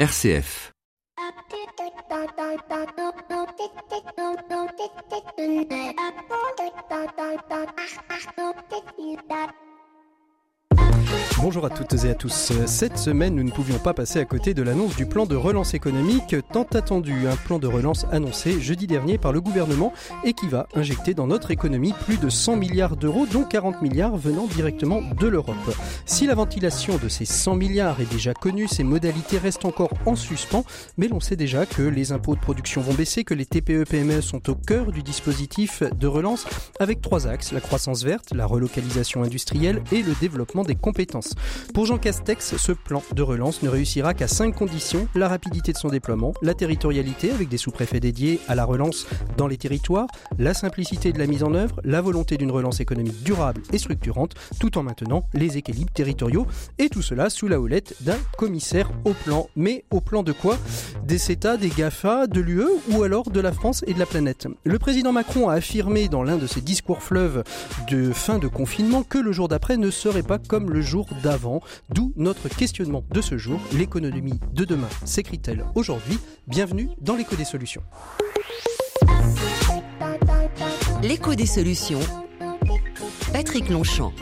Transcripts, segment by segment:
RCF. Bonjour à toutes et à tous. Cette semaine, nous ne pouvions pas passer à côté de l'annonce du plan de relance économique tant attendu. Un plan de relance annoncé jeudi dernier par le gouvernement et qui va injecter dans notre économie plus de 100 milliards d'euros, dont 40 milliards venant directement de l'Europe. Si la ventilation de ces 100 milliards est déjà connue, ses modalités restent encore en suspens, mais l'on sait déjà que les impôts de production vont baisser, que les TPE-PME sont au cœur du dispositif de relance avec 3 axes, la croissance verte, la relocalisation industrielle et le développement des compétences. Pour Jean Castex, ce plan de relance ne réussira qu'à 5 conditions: la rapidité de son déploiement, la territorialité avec des sous-préfets dédiés à la relance dans les territoires, la simplicité de la mise en œuvre, la volonté d'une relance économique durable et structurante, tout en maintenant les équilibres territoriaux, et tout cela sous la houlette d'un commissaire au plan. Mais au plan de quoi? Des CETA, des GAFA, de l'UE ou alors de la France et de la planète? Le président Macron a affirmé dans l'un de ses discours fleuves de fin de confinement que le jour d'après ne serait pas comme le jour d'avant, d'où notre questionnement de ce jour: l'économie de demain s'écrit-elle aujourd'hui? Bienvenue dans l'écho des solutions. L'écho des solutions, Patrick Longchamp.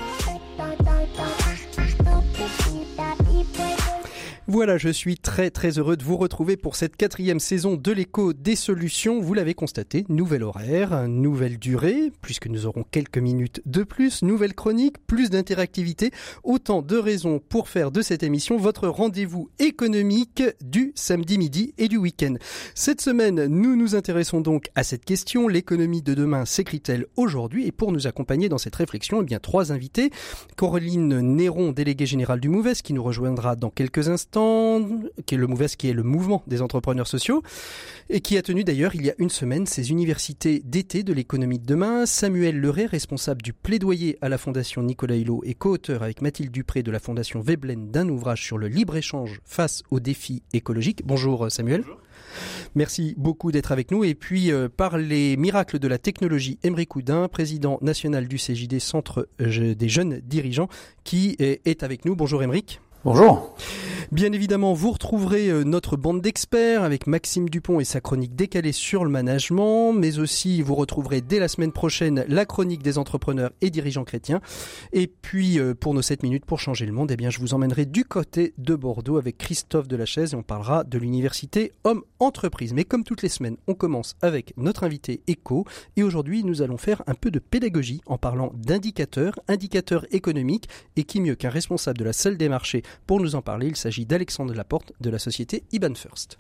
Voilà, je suis très heureux de vous retrouver pour cette 4e saison de l'écho des solutions. Vous l'avez constaté, nouvel horaire, nouvelle durée, puisque nous aurons quelques minutes de plus, nouvelle chronique, plus d'interactivité. Autant de raisons pour faire de cette émission votre rendez-vous économique du samedi midi et du week-end. Cette semaine, nous nous intéressons donc à cette question: l'économie de demain s'écrit-elle aujourd'hui? Et pour nous accompagner dans cette réflexion, 3 invités. Coraline Néron, déléguée générale du MOVES, qui nous rejoindra dans quelques instants, qui est le MOVES, qui est le mouvement des entrepreneurs sociaux, et qui a tenu d'ailleurs il y a une semaine ses universités d'été de l'économie de demain. Samuel Leray, responsable du plaidoyer à la Fondation Nicolas Hulot et co-auteur avec Mathilde Dupré de la Fondation Veblen d'un ouvrage sur le libre-échange face aux défis écologiques. Bonjour Samuel. Bonjour. Merci beaucoup d'être avec nous. Et puis, par les miracles de la technologie, Aymeric Oudin, président national du CJD, Centre des jeunes dirigeants, qui est avec nous. Bonjour Aymeric. Bonjour. Bien évidemment, vous retrouverez notre bande d'experts avec Maxime Dupont et sa chronique décalée sur le management, mais aussi vous retrouverez dès la semaine prochaine la chronique des entrepreneurs et dirigeants chrétiens. Et puis, pour nos 7 minutes pour changer le monde, je vous emmènerai du côté de Bordeaux avec Christophe Delachaise et on parlera de l'université Homme Entreprise. Mais comme toutes les semaines, on commence avec notre invité éco et aujourd'hui, nous allons faire un peu de pédagogie en parlant d'indicateurs économiques, et qui mieux qu'un responsable de la salle des marchés pour nous en parler? Il s'agit d'Alexandre Laporte de la société IBAN First.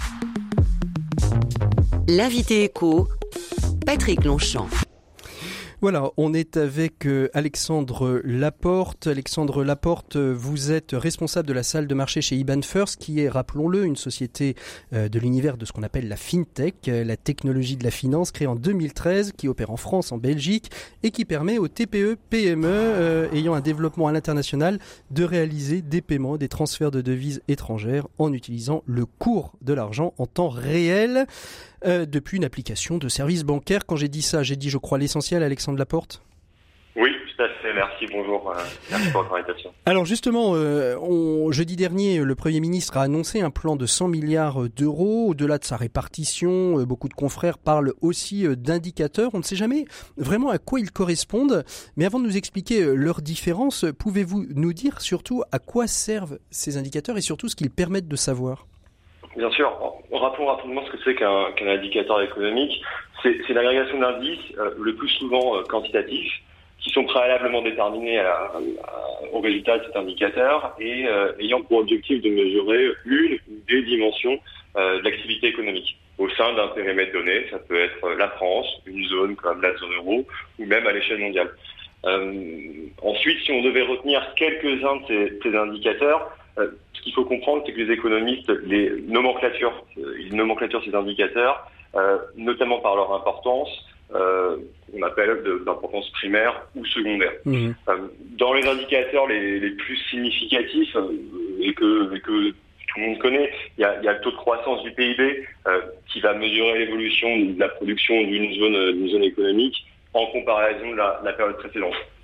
L'invité éco, Patrick Longchamp. Voilà, on est avec Alexandre Laporte. Alexandre Laporte, vous êtes responsable de la salle de marché chez IBAN First, qui est, rappelons-le, une société de l'univers de ce qu'on appelle la FinTech, la technologie de la finance, créée en 2013, qui opère en France, en Belgique, et qui permet aux TPE, PME ayant un développement à l'international de réaliser des paiements, des transferts de devises étrangères en utilisant le cours de l'argent en temps réel. Depuis une application de service bancaire. Quand j'ai dit ça, j'ai dit, je crois, l'essentiel, Alexandre Laporte? Oui, tout à fait. Merci, bonjour. Merci pour votre invitation. Alors justement, jeudi dernier, le Premier ministre a annoncé un plan de 100 milliards d'euros. Au-delà de sa répartition, beaucoup de confrères parlent aussi d'indicateurs. On ne sait jamais vraiment à quoi ils correspondent. Mais avant de nous expliquer leurs différences, pouvez-vous nous dire surtout à quoi servent ces indicateurs et surtout ce qu'ils permettent de savoir? Bien sûr. Rappelons rapidement ce que c'est qu'un indicateur économique. C'est l'agrégation d'indices, le plus souvent quantitatifs, qui sont préalablement déterminés au résultat de cet indicateur et ayant pour objectif de mesurer une ou des dimensions de l'activité économique au sein d'un périmètre donné. Ça peut être la France, une zone comme la zone euro, ou même à l'échelle mondiale. Ensuite, si on devait retenir quelques-uns de ces indicateurs, ce qu'il faut comprendre, c'est que les économistes ils nomenclaturent ces indicateurs, notamment par leur importance, qu'on appelle d'importance primaire ou secondaire. Mmh. Dans les indicateurs les plus significatifs et que tout le monde connaît, il y a le taux de croissance du PIB qui va mesurer l'évolution de la production d'une zone économique en comparaison de la période précédente.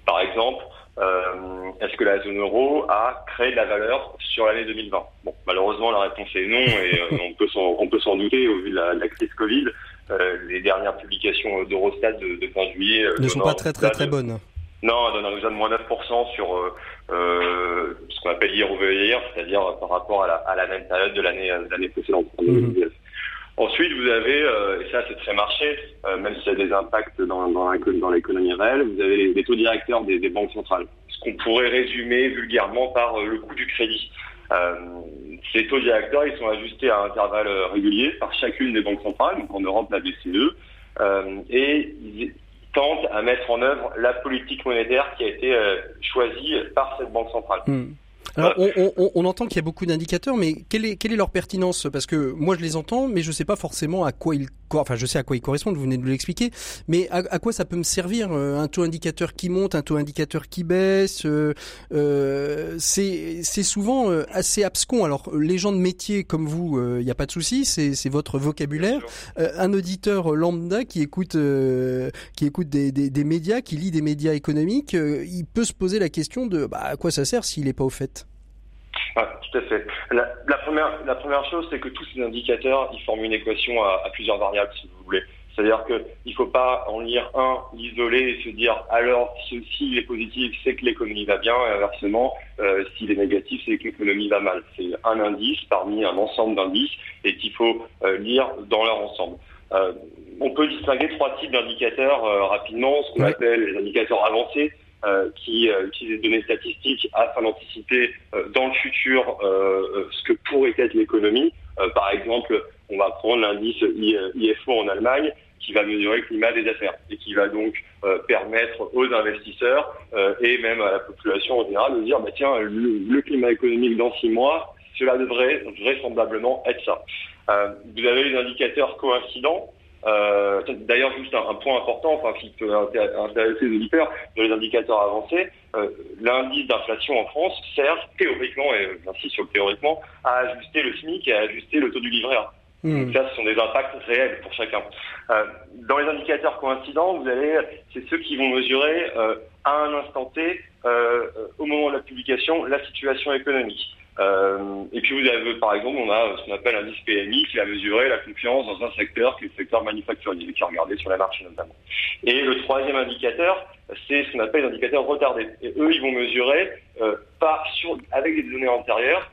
Par exemple, est-ce que la zone euro a créé de la valeur sur l'année 2020 ? Bon, malheureusement, la réponse est non, et on peut s'en douter au vu de la crise Covid. Les dernières publications d'Eurostat de fin juillet ne sont pas très bonnes. Non, on donne un résultat de moins 9% sur ce qu'on appelle year over year, c'est-à-dire par rapport à la même période de l'année précédente. Ensuite, vous avez, et ça c'est très marché, même s'il y a des impacts dans l'économie réelle, vous avez les taux directeurs des banques centrales. Ce qu'on pourrait résumer vulgairement par le coût du crédit. Ces taux directeurs, ils sont ajustés à intervalles réguliers par chacune des banques centrales, donc en Europe la BCE, et ils tentent à mettre en œuvre la politique monétaire qui a été choisie par cette banque centrale. Alors, on entend qu'il y a beaucoup d'indicateurs, mais quelle est leur pertinence ? Parce que moi, je les entends, mais je sais pas forcément à quoi je sais à quoi ils correspondent, vous venez de l'expliquer, mais à quoi ça peut me servir ? Un taux indicateur qui monte, un taux indicateur qui baisse, c'est souvent assez abscon. Alors, les gens de métier comme vous, il n'y a pas de souci, c'est votre vocabulaire. Un auditeur lambda qui écoute des médias, qui lit des médias économiques, il peut se poser la question de à quoi ça sert s'il n'est pas au fait ? Ah, tout à fait. La première chose, c'est que tous ces indicateurs, ils forment une équation à plusieurs variables, si vous voulez. C'est-à-dire que il faut pas en lire un, l'isoler et se dire alors s'il est positif, c'est que l'économie va bien, et inversement, s'il est négatif, c'est que l'économie va mal. C'est un indice parmi un ensemble d'indices et qu'il faut lire dans leur ensemble. On peut distinguer trois types d'indicateurs rapidement, ce qu'on appelle les indicateurs avancés, qui utilisent des données statistiques afin d'anticiper dans le futur ce que pourrait être l'économie. Par exemple, on va prendre l'indice IFO en Allemagne qui va mesurer le climat des affaires et qui va donc permettre aux investisseurs et même à la population en général de dire tiens, le climat économique dans 6 mois, cela devrait vraisemblablement être ça. Vous avez les indicateurs coïncidents. D'ailleurs, juste un point important, qui peut intéresser les auditeurs, dans les indicateurs avancés, l'indice d'inflation en France sert théoriquement, et j'insiste sur le théoriquement, à ajuster le SMIC et à ajuster le taux du livret A. Donc ça, ce sont des impacts réels pour chacun. Dans les indicateurs coïncidents, c'est ceux qui vont mesurer à un instant T, au moment de la publication, la situation économique. Et puis vous avez, par exemple, on a ce qu'on appelle l'indice PMI qui va mesurer la confiance dans un secteur qui est le secteur manufacturier, qui est regardé sur les marchés notamment. Et le troisième indicateur, c'est ce qu'on appelle les indicateurs retardés. Et eux, ils vont mesurer avec des données antérieures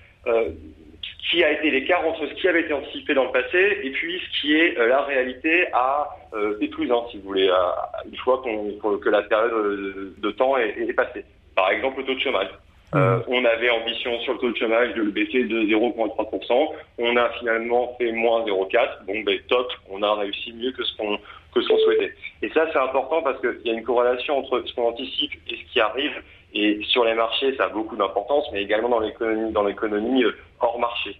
qui a été l'écart entre ce qui avait été anticipé dans le passé et puis ce qui est la réalité à T+1, si vous voulez, une fois que la période de temps est passée. Par exemple, le taux de chômage. On avait ambition sur le taux de chômage de le baisser de 0,3%. On a finalement fait moins 0,4. Bon, top, on a réussi mieux que ce qu'on souhaitait. Et ça, c'est important parce qu'il y a une corrélation entre ce qu'on anticipe et ce qui arrive. Et sur les marchés, ça a beaucoup d'importance, mais également dans l'économie hors marché.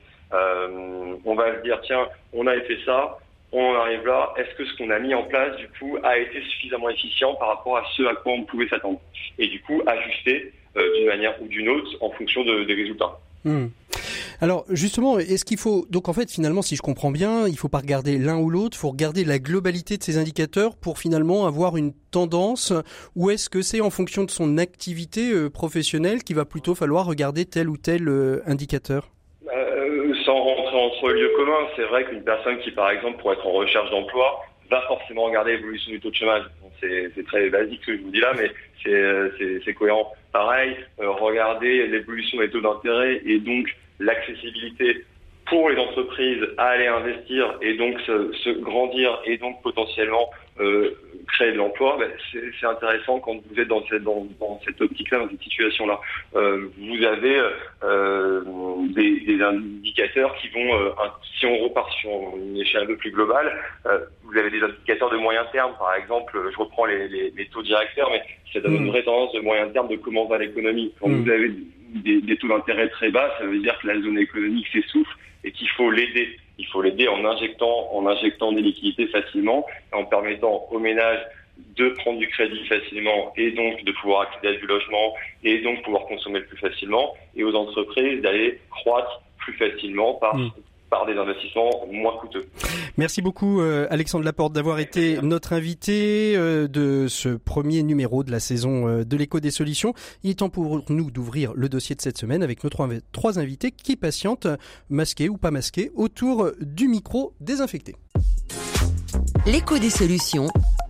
On va se dire, tiens, on a fait ça, on en arrive là. Est-ce que ce qu'on a mis en place, du coup, a été suffisamment efficient par rapport à ce à quoi on pouvait s'attendre ? Et du coup, ajuster d'une manière ou d'une autre en fonction des résultats. Alors justement, est-ce qu'il faut, donc en fait finalement si je comprends bien, il faut pas regarder l'un ou l'autre, il faut regarder la globalité de ces indicateurs pour finalement avoir une tendance, ou est-ce que c'est en fonction de son activité professionnelle qu'il va plutôt falloir regarder tel ou tel indicateur ? Sans rentrer entre lieux communs, c'est vrai qu'une personne qui par exemple pour être en recherche d'emploi va forcément regarder l'évolution du taux de chômage. C'est très basique ce que je vous dis là, mais c'est cohérent. Pareil, regarder l'évolution des taux d'intérêt et donc l'accessibilité pour les entreprises à aller investir et donc se grandir et donc potentiellement créer de l'emploi, c'est intéressant quand vous êtes dans cette optique-là, dans cette situation-là. Vous avez des indicateurs qui vont, si on repart sur une échelle un peu plus globale, vous avez des indicateurs de moyen terme, par exemple, je reprends les taux directeurs, mais ça donne une vraie tendance de moyen terme de comment va l'économie. Quand vous avez des taux d'intérêt très bas, ça veut dire que la zone économique s'essouffle et qu'il faut l'aider. Il faut l'aider en injectant des liquidités facilement, en permettant aux ménages de prendre du crédit facilement et donc de pouvoir accéder à du logement et donc pouvoir consommer plus facilement, et aux entreprises d'aller croître plus facilement par par des investissements moins coûteux. Merci beaucoup Alexandre Laporte d'avoir été notre invité de ce premier numéro de la saison de l'Écho des solutions. Il est temps pour nous d'ouvrir le dossier de cette semaine avec nos trois invités qui patientent, masqués ou pas masqués, autour du micro désinfecté. L'Écho des solutions.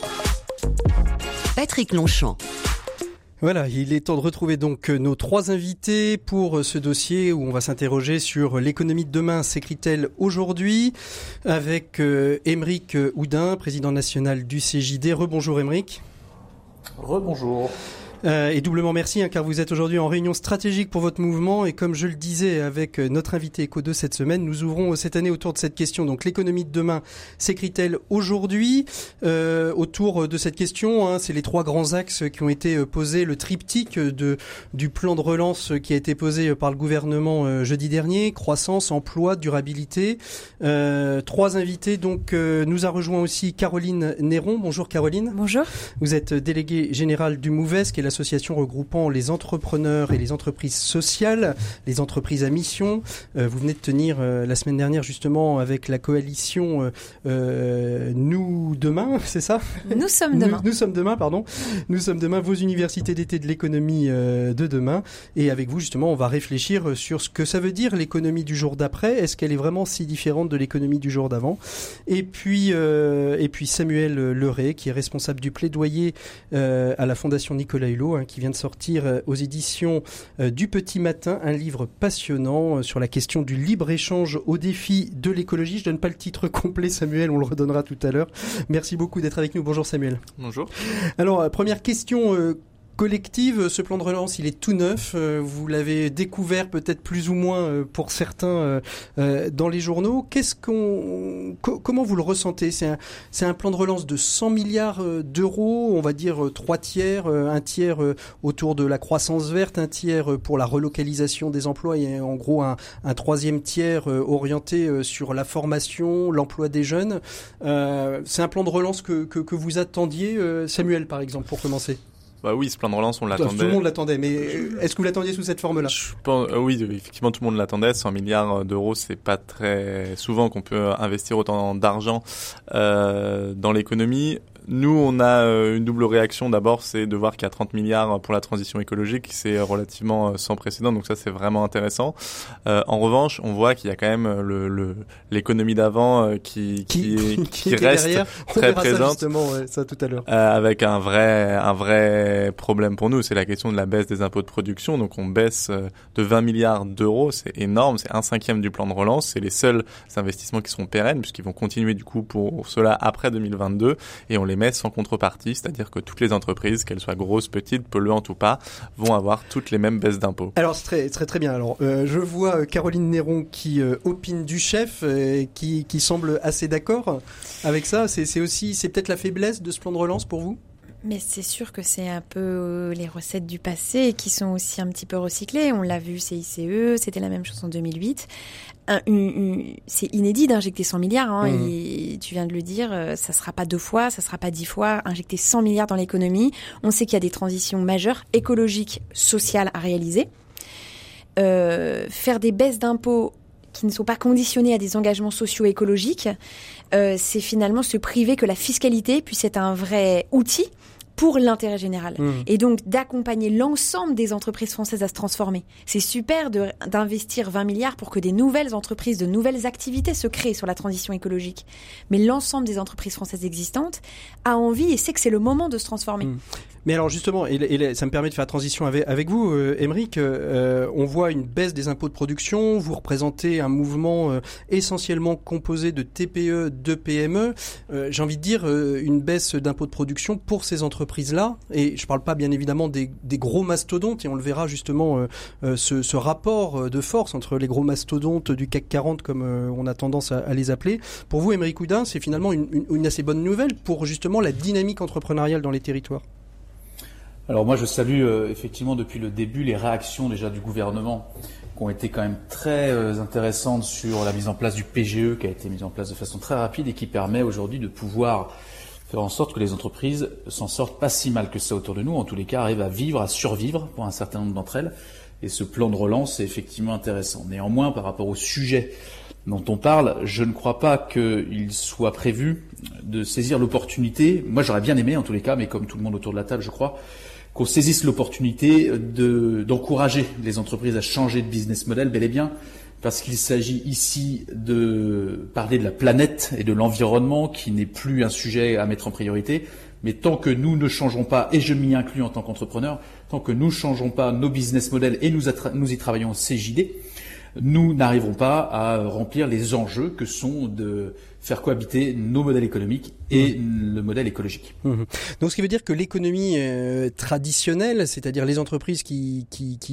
Patrick Longchamp. Voilà, il est temps de retrouver donc nos trois invités pour ce dossier où on va s'interroger sur l'économie de demain s'écrit-elle aujourd'hui avec Aymeric Oudin, président national du CJD. Rebonjour Aymeric. Rebonjour. Et doublement merci car vous êtes aujourd'hui en réunion stratégique pour votre mouvement et comme je le disais avec notre invité Éco 2 cette semaine, nous ouvrons cette année autour de cette question. Donc l'économie de demain s'écrit-elle aujourd'hui autour de cette question, c'est les trois grands axes qui ont été posés, le triptyque du plan de relance qui a été posé par le gouvernement jeudi dernier, croissance, emploi, durabilité. Trois invités, donc nous a rejoint aussi Caroline Néron. Bonjour Caroline. Bonjour. Vous êtes déléguée générale du MOVES, qui est l'association regroupant les entrepreneurs et les entreprises sociales, les entreprises à mission. Vous venez de tenir la semaine dernière justement avec la coalition Nous Demain, c'est ça ? Nous sommes demain. Nous sommes demain, pardon. Nous sommes demain, vos universités d'été de l'économie de demain. Et avec vous justement, on va réfléchir sur ce que ça veut dire l'économie du jour d'après. Est-ce qu'elle est vraiment si différente de l'économie du jour d'avant ? Et puis Samuel Leray, qui est responsable du plaidoyer à la Fondation Nicolas Hulot, qui vient de sortir aux éditions du Petit Matin, un livre passionnant sur la question du libre-échange au défi de l'écologie. Je donne pas le titre complet, Samuel, on le redonnera tout à l'heure. Merci beaucoup d'être avec nous. Bonjour Samuel. Bonjour. Alors, première question collective, ce plan de relance, il est tout neuf. Vous l'avez découvert peut-être plus ou moins pour certains dans les journaux. Comment vous le ressentez ? C'est un plan de relance de 100 milliards d'euros, on va dire 3 tiers, un tiers autour de la croissance verte, un tiers pour la relocalisation des emplois et en gros un troisième tiers orienté sur la formation, l'emploi des jeunes. C'est un plan de relance que vous attendiez, Samuel par exemple, pour commencer ? Bah oui, ce plan de relance, on l'attendait. Tout le monde l'attendait, mais est-ce que vous l'attendiez sous cette forme-là ? Oui, effectivement, tout le monde l'attendait. 100 milliards d'euros, c'est pas très souvent qu'on peut investir autant d'argent dans l'économie. Nous, on a une double réaction. D'abord, c'est de voir qu'il y a 30 milliards pour la transition écologique, c'est relativement sans précédent, donc ça, c'est vraiment intéressant. En revanche, on voit qu'il y a quand même l'économie d'avant qui reste derrière. Très présente. Ça justement, ça tout à l'heure. Avec un vrai problème pour nous, c'est la question de la baisse des impôts de production. Donc, on baisse de 20 milliards d'euros, c'est énorme, c'est 1/5 du plan de relance. C'est les seuls investissements qui seront pérennes, puisqu'ils vont continuer du coup pour cela après 2022, et on les met sans contrepartie, c'est-à-dire que toutes les entreprises, qu'elles soient grosses, petites, polluantes ou pas, vont avoir toutes les mêmes baisses d'impôts. Alors c'est très bien. Alors je vois Caroline Néron qui opine du chef, qui semble assez d'accord avec ça. C'est peut-être la faiblesse de ce plan de relance pour vous ? Mais c'est sûr que c'est un peu les recettes du passé qui sont aussi un petit peu recyclées. On l'a vu, CICE, c'était la même chose en 2008. C'est inédit d'injecter 100 milliards. Et tu viens de le dire, ça sera pas 2 fois, ça sera pas 10 fois. Injecter 100 milliards dans l'économie. On sait qu'il y a des transitions majeures, écologiques, sociales à réaliser. Faire des baisses d'impôts qui ne sont pas conditionnés à des engagements socio-écologiques, c'est finalement se priver que la fiscalité puisse être un vrai outil pour l'intérêt général. Et donc d'accompagner l'ensemble des entreprises françaises à se transformer. C'est super d'investir 20 milliards pour que des nouvelles entreprises, de nouvelles activités se créent sur la transition écologique. Mais l'ensemble des entreprises françaises existantes a envie et sait que c'est le moment de se transformer. Mais alors justement, et ça me permet de faire la transition avec vous, Aymeric, on voit une baisse des impôts de production, vous représentez un mouvement essentiellement composé de TPE, de PME, j'ai envie de dire une baisse d'impôts de production pour ces entreprises-là, et je ne parle pas bien évidemment des gros mastodontes, et on le verra justement, ce rapport de force entre les gros mastodontes du CAC 40, comme on a tendance à les appeler. Pour vous, Aymeric Oudin, c'est finalement une assez bonne nouvelle pour justement la dynamique entrepreneuriale dans les territoires. Alors moi je salue effectivement depuis le début les réactions déjà du gouvernement qui ont été quand même très intéressantes sur la mise en place du PGE qui a été mise en place de façon très rapide et qui permet aujourd'hui de pouvoir faire en sorte que les entreprises s'en sortent pas si mal que ça autour de nous, en tous les cas arrivent à vivre, à survivre pour un certain nombre d'entre elles, et ce plan de relance est effectivement intéressant. Néanmoins par rapport au sujet dont on parle, je ne crois pas qu'il soit prévu de saisir l'opportunité. Moi, j'aurais bien aimé, en tous les cas, mais comme tout le monde autour de la table, je crois, qu'on saisisse l'opportunité d'encourager les entreprises à changer de business model, bel et bien, parce qu'il s'agit ici de parler de la planète et de l'environnement, qui n'est plus un sujet à mettre en priorité. Mais tant que nous ne changeons pas, et je m'y inclus en tant qu'entrepreneur, tant que nous ne changeons pas nos business models et nous y travaillons au CJD, nous n'arriverons pas à remplir les enjeux que sont de faire cohabiter nos modèles économiques et le modèle écologique. Donc, ce qui veut dire que l'économie traditionnelle, c'est-à-dire les entreprises qui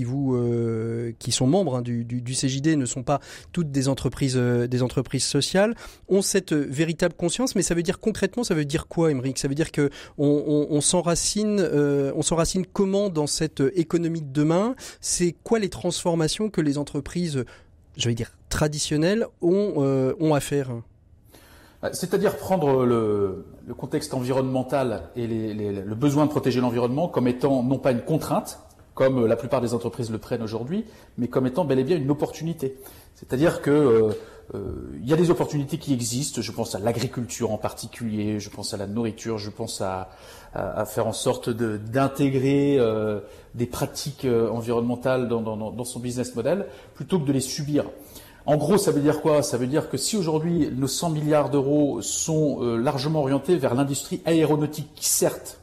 sont membres du CJD, ne sont pas toutes des entreprises sociales, ont cette véritable conscience. Mais ça veut dire concrètement, ça veut dire quoi, Aymeric ? Ça veut dire que on s'enracine comment dans cette économie de demain ? C'est quoi les transformations que les entreprises, j'allais dire traditionnelles, ont à faire ? C'est-à-dire prendre le contexte environnemental et le besoin de protéger l'environnement comme étant non pas une contrainte, comme la plupart des entreprises le prennent aujourd'hui, mais comme étant bel et bien une opportunité. C'est-à-dire que y a des opportunités qui existent. Je pense à l'agriculture en particulier, je pense à la nourriture, je pense à faire en sorte d'intégrer des pratiques environnementales dans son business model plutôt que de les subir. En gros, ça veut dire quoi ? Ça veut dire que si aujourd'hui nos 100 milliards d'euros sont largement orientés vers l'industrie aéronautique qui certes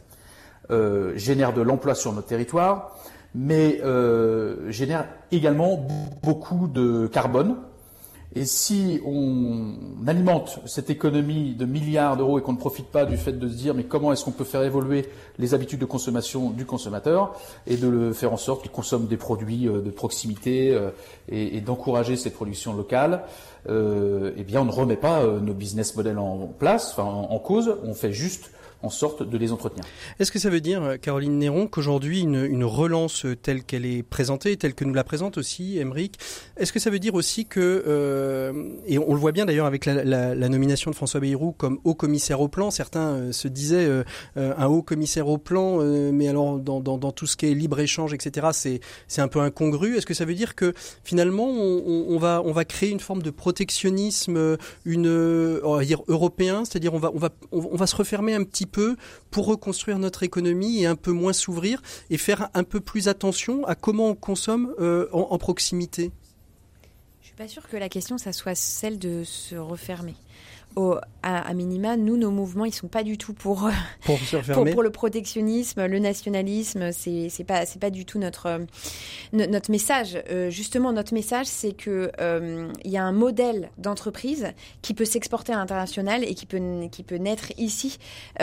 génère de l'emploi sur notre territoire, mais génère également beaucoup de carbone. Et si on alimente cette économie de milliards d'euros et qu'on ne profite pas du fait de se dire mais comment est-ce qu'on peut faire évoluer les habitudes de consommation du consommateur et de le faire en sorte qu'il consomme des produits de proximité et d'encourager cette production locale, eh bien on ne remet pas nos business models en place, enfin en cause, on fait juste en sorte de les entretenir. Est-ce que ça veut dire, Caroline Néron, qu'aujourd'hui une relance telle qu'elle est présentée, telle que nous la présente aussi Aymeric, est-ce que ça veut dire aussi que, et on le voit bien d'ailleurs avec la nomination de François Bayrou comme haut commissaire au plan, certains se disaient un haut commissaire au plan, mais alors dans tout ce qui est libre-échange, etc., c'est un peu incongru. Est-ce que ça veut dire que finalement on va créer une forme de protectionnisme on va dire européen, c'est-à-dire on va se refermer un petit peu pour reconstruire notre économie et un peu moins s'ouvrir et faire un peu plus attention à comment on consomme en proximité ? Je suis pas sûre que la question, ça soit celle de se refermer. À minima, nos mouvements, ils sont pas du tout pour le protectionnisme, le nationalisme. C'est pas du tout notre message. Justement, notre message, c'est que il y a un modèle d'entreprise qui peut s'exporter à l'international et qui peut naître ici,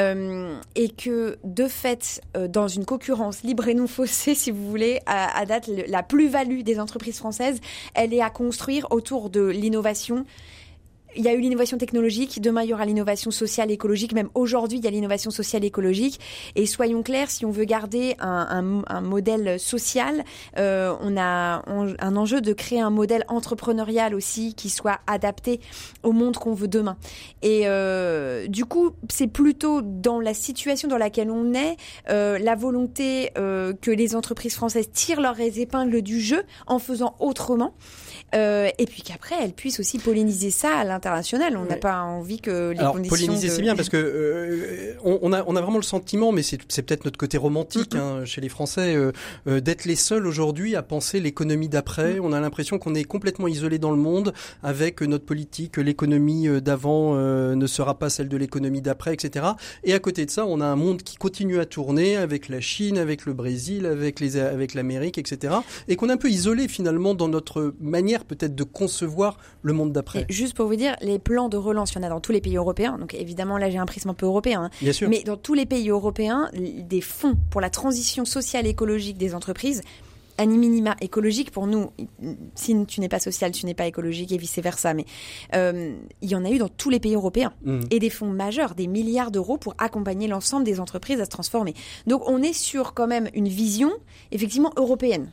et que de fait, dans une concurrence libre et non faussée, si vous voulez, à date, la plus-value des entreprises françaises, elle est à construire autour de l'innovation. Il y a eu l'innovation technologique, demain il y aura l'innovation sociale et écologique, même aujourd'hui il y a l'innovation sociale et écologique. Et soyons clairs, si on veut garder un modèle social, on a un enjeu de créer un modèle entrepreneurial aussi qui soit adapté au monde qu'on veut demain. Et du coup, c'est plutôt dans la situation dans laquelle on est, la volonté que les entreprises françaises tirent leurs épingles du jeu en faisant autrement. Et puis qu'après, elles puissent aussi polliniser ça à l'international. On n'a pas envie que les conditions... Polliniser, c'est bien parce que on a vraiment le sentiment, mais c'est peut-être notre côté romantique chez les Français, d'être les seuls aujourd'hui à penser l'économie d'après. On a l'impression qu'on est complètement isolé dans le monde avec notre politique. L'économie d'avant ne sera pas celle de l'économie d'après, etc. Et à côté de ça, on a un monde qui continue à tourner avec la Chine, avec le Brésil, avec l'Amérique, etc. Et qu'on est un peu isolé finalement dans notre manière peut-être de concevoir le monde d'après. Et juste pour vous dire, les plans de relance, il y en a dans tous les pays européens. Donc évidemment, là, j'ai un prisme un peu européen. Bien sûr. Mais dans tous les pays européens, des fonds pour la transition sociale et écologique des entreprises, à minima écologique pour nous, si tu n'es pas social, tu n'es pas écologique et vice-versa. Mais il y en a eu dans tous les pays européens. Et des fonds majeurs, des milliards d'euros pour accompagner l'ensemble des entreprises à se transformer. Donc on est sur quand même une vision effectivement européenne.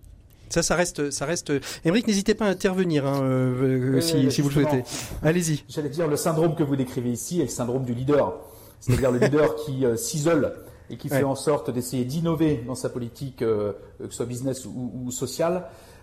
Ça reste. Aymeric, n'hésitez pas à intervenir si vous le souhaitez. Allez-y. J'allais dire, le syndrome que vous décrivez ici est le syndrome du leader. C'est-à-dire le leader qui s'isole et qui fait en sorte d'essayer d'innover dans sa politique, que ce soit business ou sociale,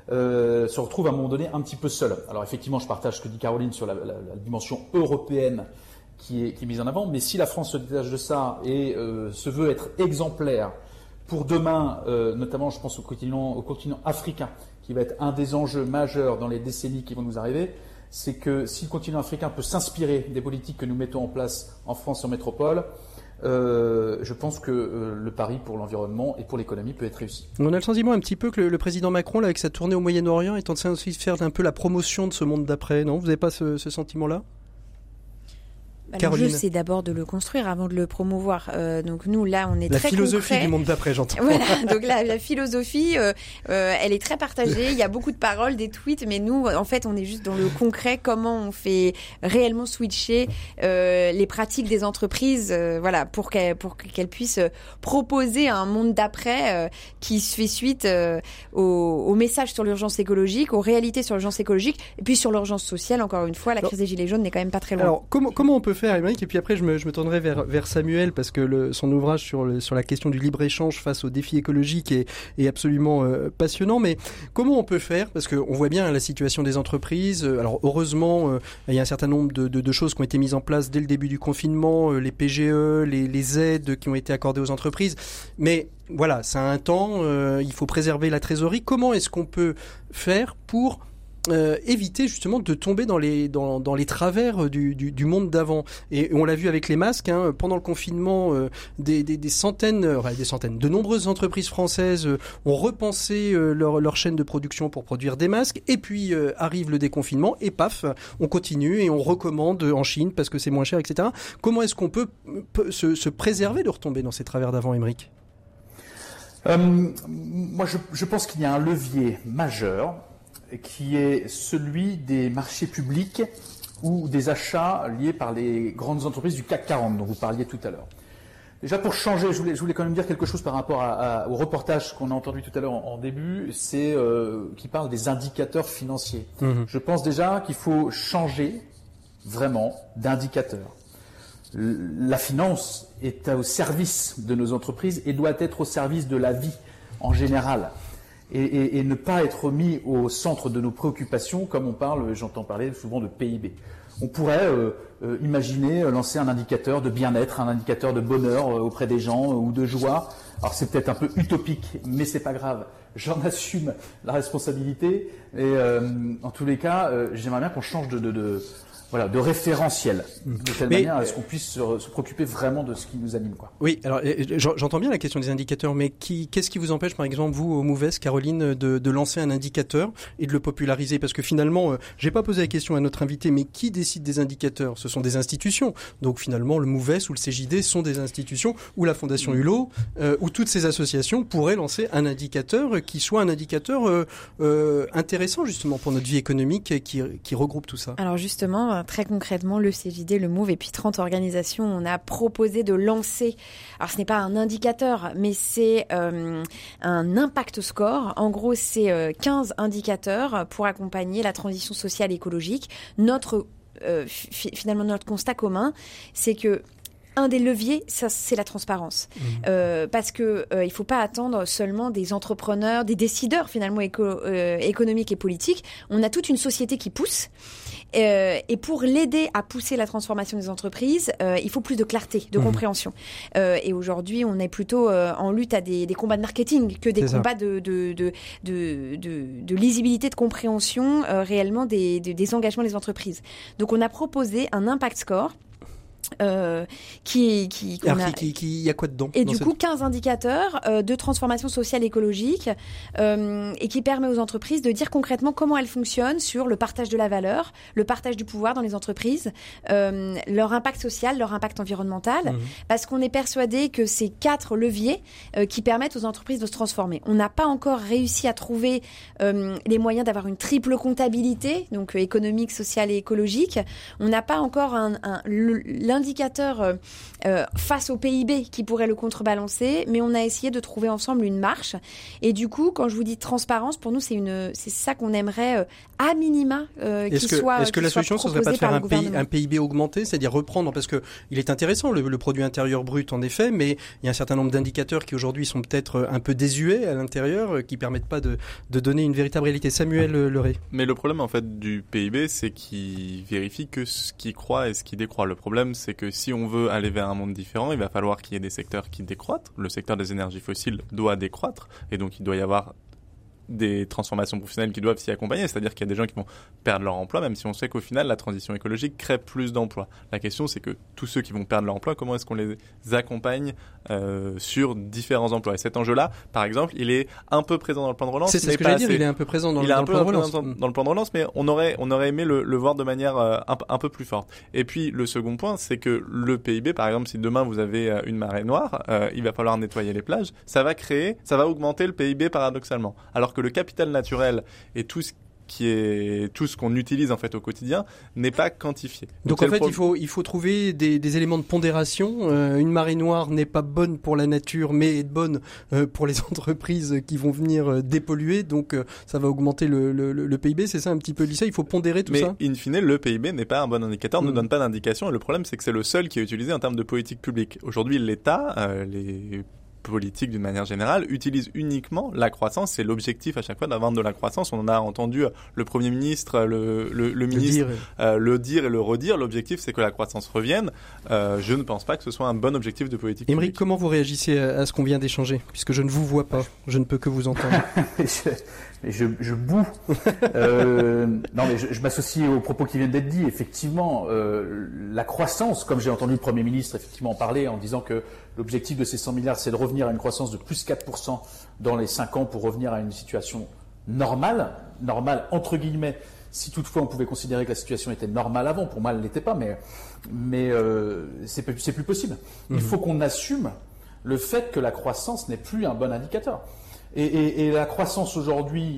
se retrouve à un moment donné un petit peu seul. Alors effectivement, je partage ce que dit Caroline sur la dimension européenne qui est mise en avant, mais si la France se détache de ça et se veut être exemplaire pour demain, notamment je pense au continent africain, qui va être un des enjeux majeurs dans les décennies qui vont nous arriver, c'est que si le continent africain peut s'inspirer des politiques que nous mettons en place en France et en métropole, je pense que le pari pour l'environnement et pour l'économie peut être réussi. On a le sentiment un petit peu que le président Macron, là, avec sa tournée au Moyen-Orient, est en train aussi de faire un peu la promotion de ce monde d'après, non ? Vous n'avez pas ce sentiment-là ? L'enjeu, c'est d'abord de le construire avant de le promouvoir. Donc nous, là, on est très concret. La philosophie du monde d'après, j'entends. Voilà, donc la philosophie, elle est très partagée. Il y a beaucoup de paroles, des tweets, mais nous, en fait, on est juste dans le concret. Comment on fait réellement switcher les pratiques des entreprises, voilà, pour qu'elles puissent proposer un monde d'après qui se fait suite aux messages sur l'urgence écologique, aux réalités sur l'urgence écologique, et puis sur l'urgence sociale. Encore une fois, la crise des Gilets jaunes n'est quand même pas très loin. Alors, comment on peut faire, Émeric, et puis après je me tournerai vers Samuel, parce que son ouvrage sur la question du libre-échange face aux défis écologiques est absolument passionnant. Mais comment on peut faire, parce qu'on voit bien la situation des entreprises. Alors heureusement, il y a un certain nombre de choses qui ont été mises en place dès le début du confinement, les PGE, les aides qui ont été accordées aux entreprises. Mais voilà, ça a un temps, il faut préserver la trésorerie. Comment est-ce qu'on peut faire pour éviter justement de tomber dans les travers du monde d'avant? Et on l'a vu avec les masques, hein, pendant le confinement, des centaines, de nombreuses entreprises françaises ont repensé leur chaîne de production pour produire des masques, et puis arrive le déconfinement et paf, on continue et on recommande en Chine parce que c'est moins cher, etc. Comment est-ce qu'on peut se préserver de retomber dans ces travers d'avant, Émeric? Moi, je pense qu'il y a un levier majeur qui est celui des marchés publics ou des achats liés par les grandes entreprises du CAC 40 dont vous parliez tout à l'heure. Déjà, pour changer, je voulais quand même dire quelque chose par rapport au reportage qu'on a entendu tout à l'heure en début, c'est qui parle des indicateurs financiers. Je pense déjà qu'il faut changer vraiment d'indicateurs. La finance est au service de nos entreprises et doit être au service de la vie en général. Et ne pas être mis au centre de nos préoccupations, comme j'entends parler souvent de PIB. On pourrait imaginer lancer un indicateur de bien-être, un indicateur de bonheur auprès des gens ou de joie. Alors c'est peut-être un peu utopique, mais c'est pas grave. J'en assume la responsabilité. Et en tous les cas, j'aimerais bien qu'on change de référentiel, de telle manière à ce qu'on puisse se préoccuper vraiment de ce qui nous anime, quoi. Oui, alors j'entends bien la question des indicateurs, mais qu'est-ce qui vous empêche, par exemple, vous, au Mouv'Est, Caroline, de lancer un indicateur et de le populariser? Parce que finalement, j'ai pas posé la question à notre invité, mais qui décide des indicateurs? Ce sont des institutions. Donc finalement, le Mouv'Est ou le CJD sont des institutions, ou la Fondation Hulot, ou toutes ces associations pourraient lancer un indicateur qui soit un indicateur intéressant justement pour notre vie économique qui regroupe tout ça. Alors justement, très concrètement, le CJD, le Mouv' et puis 30 organisations, on a proposé de lancer, alors ce n'est pas un indicateur, mais c'est un impact score. En gros, c'est 15 indicateurs pour accompagner la transition sociale et écologique. Finalement, notre constat commun, c'est que un des leviers, ça, c'est la transparence. Parce que il faut pas attendre seulement des entrepreneurs, des décideurs finalement économiques et politiques. On a toute une société qui pousse. Et pour l'aider à pousser la transformation des entreprises, il faut plus de clarté, de compréhension. Et aujourd'hui, on est plutôt en lutte à des combats de marketing que des combats de lisibilité, de compréhension réellement des engagements des entreprises. Donc, on a proposé un impact score. Il y a quoi dedans? Et du coup, 15 indicateurs de transformation sociale et écologique et qui permet aux entreprises de dire concrètement comment elles fonctionnent sur le partage de la valeur, le partage du pouvoir dans les entreprises, leur impact social, leur impact environnemental, parce qu'on est persuadé que c'est 4 leviers qui permettent aux entreprises de se transformer. On n'a pas encore réussi à trouver les moyens d'avoir une triple comptabilité, donc économique, sociale et écologique. On n'a pas encore d'indicateurs face au PIB qui pourraient le contrebalancer, mais on a essayé de trouver ensemble une marche. Et du coup, quand je vous dis transparence, pour nous, c'est ça qu'on aimerait à minima Est-ce que la solution, ce serait pas de faire un PIB augmenté, c'est-à-dire reprendre, parce que il est intéressant le produit intérieur brut en effet, mais il y a un certain nombre d'indicateurs qui aujourd'hui sont peut-être un peu désuets à l'intérieur, qui permettent pas de donner une véritable réalité. Samuel Leray. Mais le problème en fait du PIB, c'est qu'il vérifie que ce qui croît et ce qui décroît. Le problème, c'est que si on veut aller vers un monde différent, il va falloir qu'il y ait des secteurs qui décroîtent. Le secteur des énergies fossiles doit décroître, et donc il doit y avoir des transformations professionnelles qui doivent s'y accompagner, c'est-à-dire qu'il y a des gens qui vont perdre leur emploi, même si on sait qu'au final, la transition écologique crée plus d'emplois. La question, c'est que tous ceux qui vont perdre leur emploi, comment est-ce qu'on les accompagne sur différents emplois? Et cet enjeu-là, par exemple, il est un peu présent dans le plan de relance. C'est ce que j'allais dire, il est un peu présent dans le plan de relance. Dans le plan de relance, mais on aurait aimé le voir de manière un peu plus forte. Et puis, le second point, c'est que le PIB, par exemple, si demain vous avez une marée noire, il va falloir nettoyer les plages, ça va augmenter le PIB paradoxalement. Alors que le capital naturel et tout ce qu'on utilise en fait au quotidien n'est pas quantifié. Donc en fait, il faut trouver des éléments de pondération. Une marée noire n'est pas bonne pour la nature, mais est bonne pour les entreprises qui vont venir dépolluer. Donc ça va augmenter le PIB. C'est ça un petit peu ça. Il faut pondérer tout ça. Mais in fine, le PIB n'est pas un bon indicateur, ne donne pas d'indication. Et le problème, c'est que c'est le seul qui est utilisé en termes de politique publique. Aujourd'hui, l'État, les politique d'une manière générale utilise uniquement la croissance. C'est l'objectif à chaque fois d'avoir de la croissance. On en a entendu le Premier ministre, le ministre le dire et le redire. L'objectif, c'est que la croissance revienne. Je ne pense pas que ce soit un bon objectif de politique publique. Émeric, comment vous réagissez à ce qu'on vient d'échanger? Puisque je ne vous vois pas, je ne peux que vous entendre. Je boue. Non, mais je m'associe aux propos qui viennent d'être dits. Effectivement, la croissance, comme j'ai entendu le Premier ministre effectivement en parler, en disant que l'objectif de ces 100 milliards, c'est de revenir à une croissance de plus 4% dans les 5 ans pour revenir à une situation normale entre guillemets, si toutefois on pouvait considérer que la situation était normale avant. Pour moi, elle l'était pas, mais c'est plus possible. Il faut qu'on assume le fait que la croissance n'est plus un bon indicateur. Et la croissance aujourd'hui,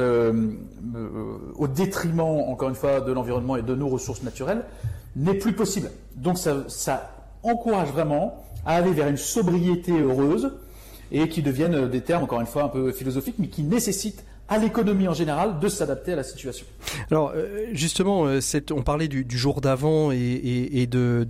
au détriment, encore une fois, de l'environnement et de nos ressources naturelles, n'est plus possible. Donc ça encourage vraiment à aller vers une sobriété heureuse et qui deviennent des termes, encore une fois, un peu philosophiques, mais qui nécessitent à l'économie en général de s'adapter à la situation. Alors justement, on parlait du jour d'avant et de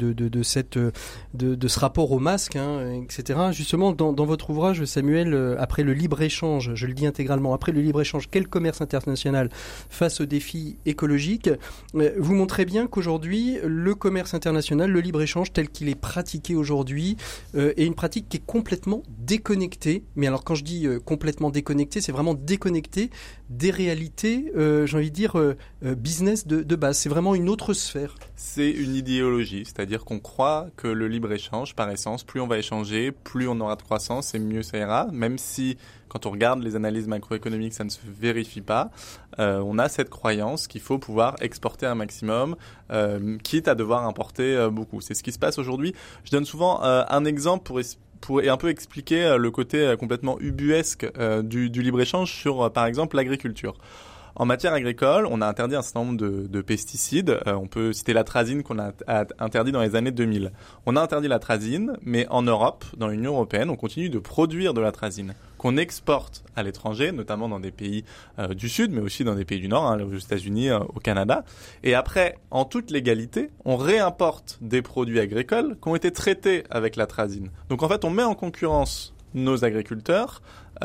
ce rapport au masque, etc. Justement, dans votre ouvrage, Samuel, après le libre-échange, je le dis intégralement, après le libre-échange, quel commerce international face aux défis écologiques, vous montrez bien qu'aujourd'hui, le commerce international, le libre-échange tel qu'il est pratiqué aujourd'hui, est une pratique qui est complètement déconnectée. Mais alors quand je dis complètement déconnectée, c'est vraiment déconnecté des réalités, j'ai envie de dire, business de base. C'est vraiment une autre sphère. C'est une idéologie, c'est-à-dire qu'on croit que le libre-échange, par essence, plus on va échanger, plus on aura de croissance et mieux ça ira, même si, quand on regarde les analyses macroéconomiques, ça ne se vérifie pas. On a cette croyance qu'il faut pouvoir exporter un maximum, quitte à devoir importer beaucoup. C'est ce qui se passe aujourd'hui. Je donne souvent un exemple pour un peu expliquer le côté complètement ubuesque du libre-échange sur, par exemple, l'agriculture. En matière agricole, on a interdit un certain nombre de pesticides. On peut citer l'atrazine qu'on a interdit dans les années 2000. On a interdit l'atrazine, mais en Europe, dans l'Union européenne, on continue de produire de l'atrazine qu'on exporte à l'étranger, notamment dans des pays du Sud, mais aussi dans des pays du Nord, aux États-Unis, au Canada. Et après, en toute légalité, on réimporte des produits agricoles qui ont été traités avec l'atrazine. Donc en fait, on met en concurrence nos agriculteurs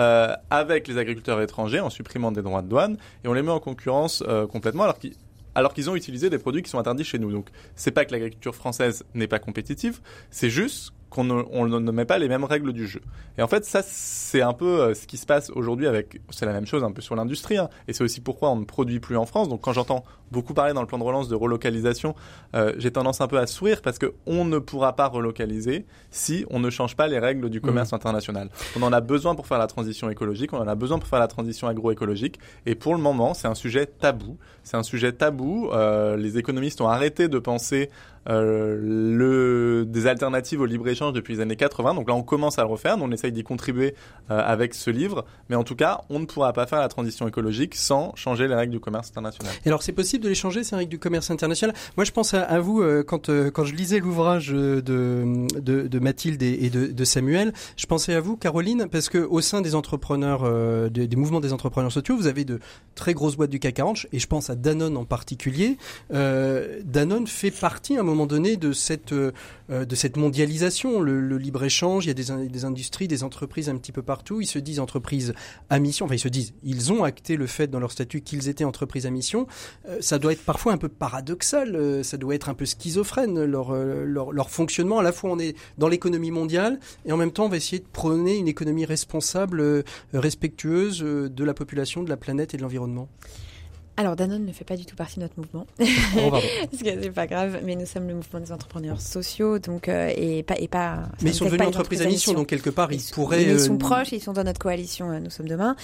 avec les agriculteurs étrangers en supprimant des droits de douane, et on les met en concurrence complètement alors qu'ils ont utilisé des produits qui sont interdits chez nous. Donc c'est pas que l'agriculture française n'est pas compétitive, c'est juste qu'on ne met pas les mêmes règles du jeu. Et en fait, ça, c'est un peu ce qui se passe aujourd'hui c'est la même chose un peu sur l'industrie, et c'est aussi pourquoi on ne produit plus en France. Donc quand j'entends beaucoup parler dans le plan de relance de relocalisation, j'ai tendance un peu à sourire parce qu'on ne pourra pas relocaliser si on ne change pas les règles du commerce international. On en a besoin pour faire la transition écologique, on en a besoin pour faire la transition agroécologique, et pour le moment, c'est un sujet tabou. C'est un sujet tabou. Les économistes ont arrêté de penser des alternatives au libre-échange libre-échange depuis les années 80. Donc là, on commence à le refaire. On essaye d'y contribuer avec ce livre. Mais en tout cas, on ne pourra pas faire la transition écologique sans changer les règles du commerce international. Et alors, c'est possible de les changer, ces règles du commerce international? Moi, je pense à vous, quand je lisais l'ouvrage de Mathilde et de Samuel, je pensais à vous, Caroline, parce que au sein des entrepreneurs, des mouvements des entrepreneurs sociaux, vous avez de très grosses boîtes du CAC 40, et je pense à Danone en particulier. Danone fait partie, à un moment donné, de cette mondialisation, le libre-échange. Il y a des industries, des entreprises un petit peu partout. Ils se disent entreprises à mission. Enfin, ils ont acté le fait dans leur statut qu'ils étaient entreprises à mission. Ça doit être parfois un peu paradoxal. Ça doit être un peu schizophrène, leur fonctionnement. À la fois, on est dans l'économie mondiale et en même temps, on va essayer de prôner une économie responsable, respectueuse de la population, de la planète et de l'environnement. Alors, Danone ne fait pas du tout partie de notre mouvement. Oh, pardon. Parce que c'est pas grave, mais nous sommes le mouvement des entrepreneurs sociaux, donc, et pas. Mais ils sont devenus entreprises à mission, donc quelque part, ils pourraient. Ils sont proches, ils sont dans notre coalition, Nous sommes demain.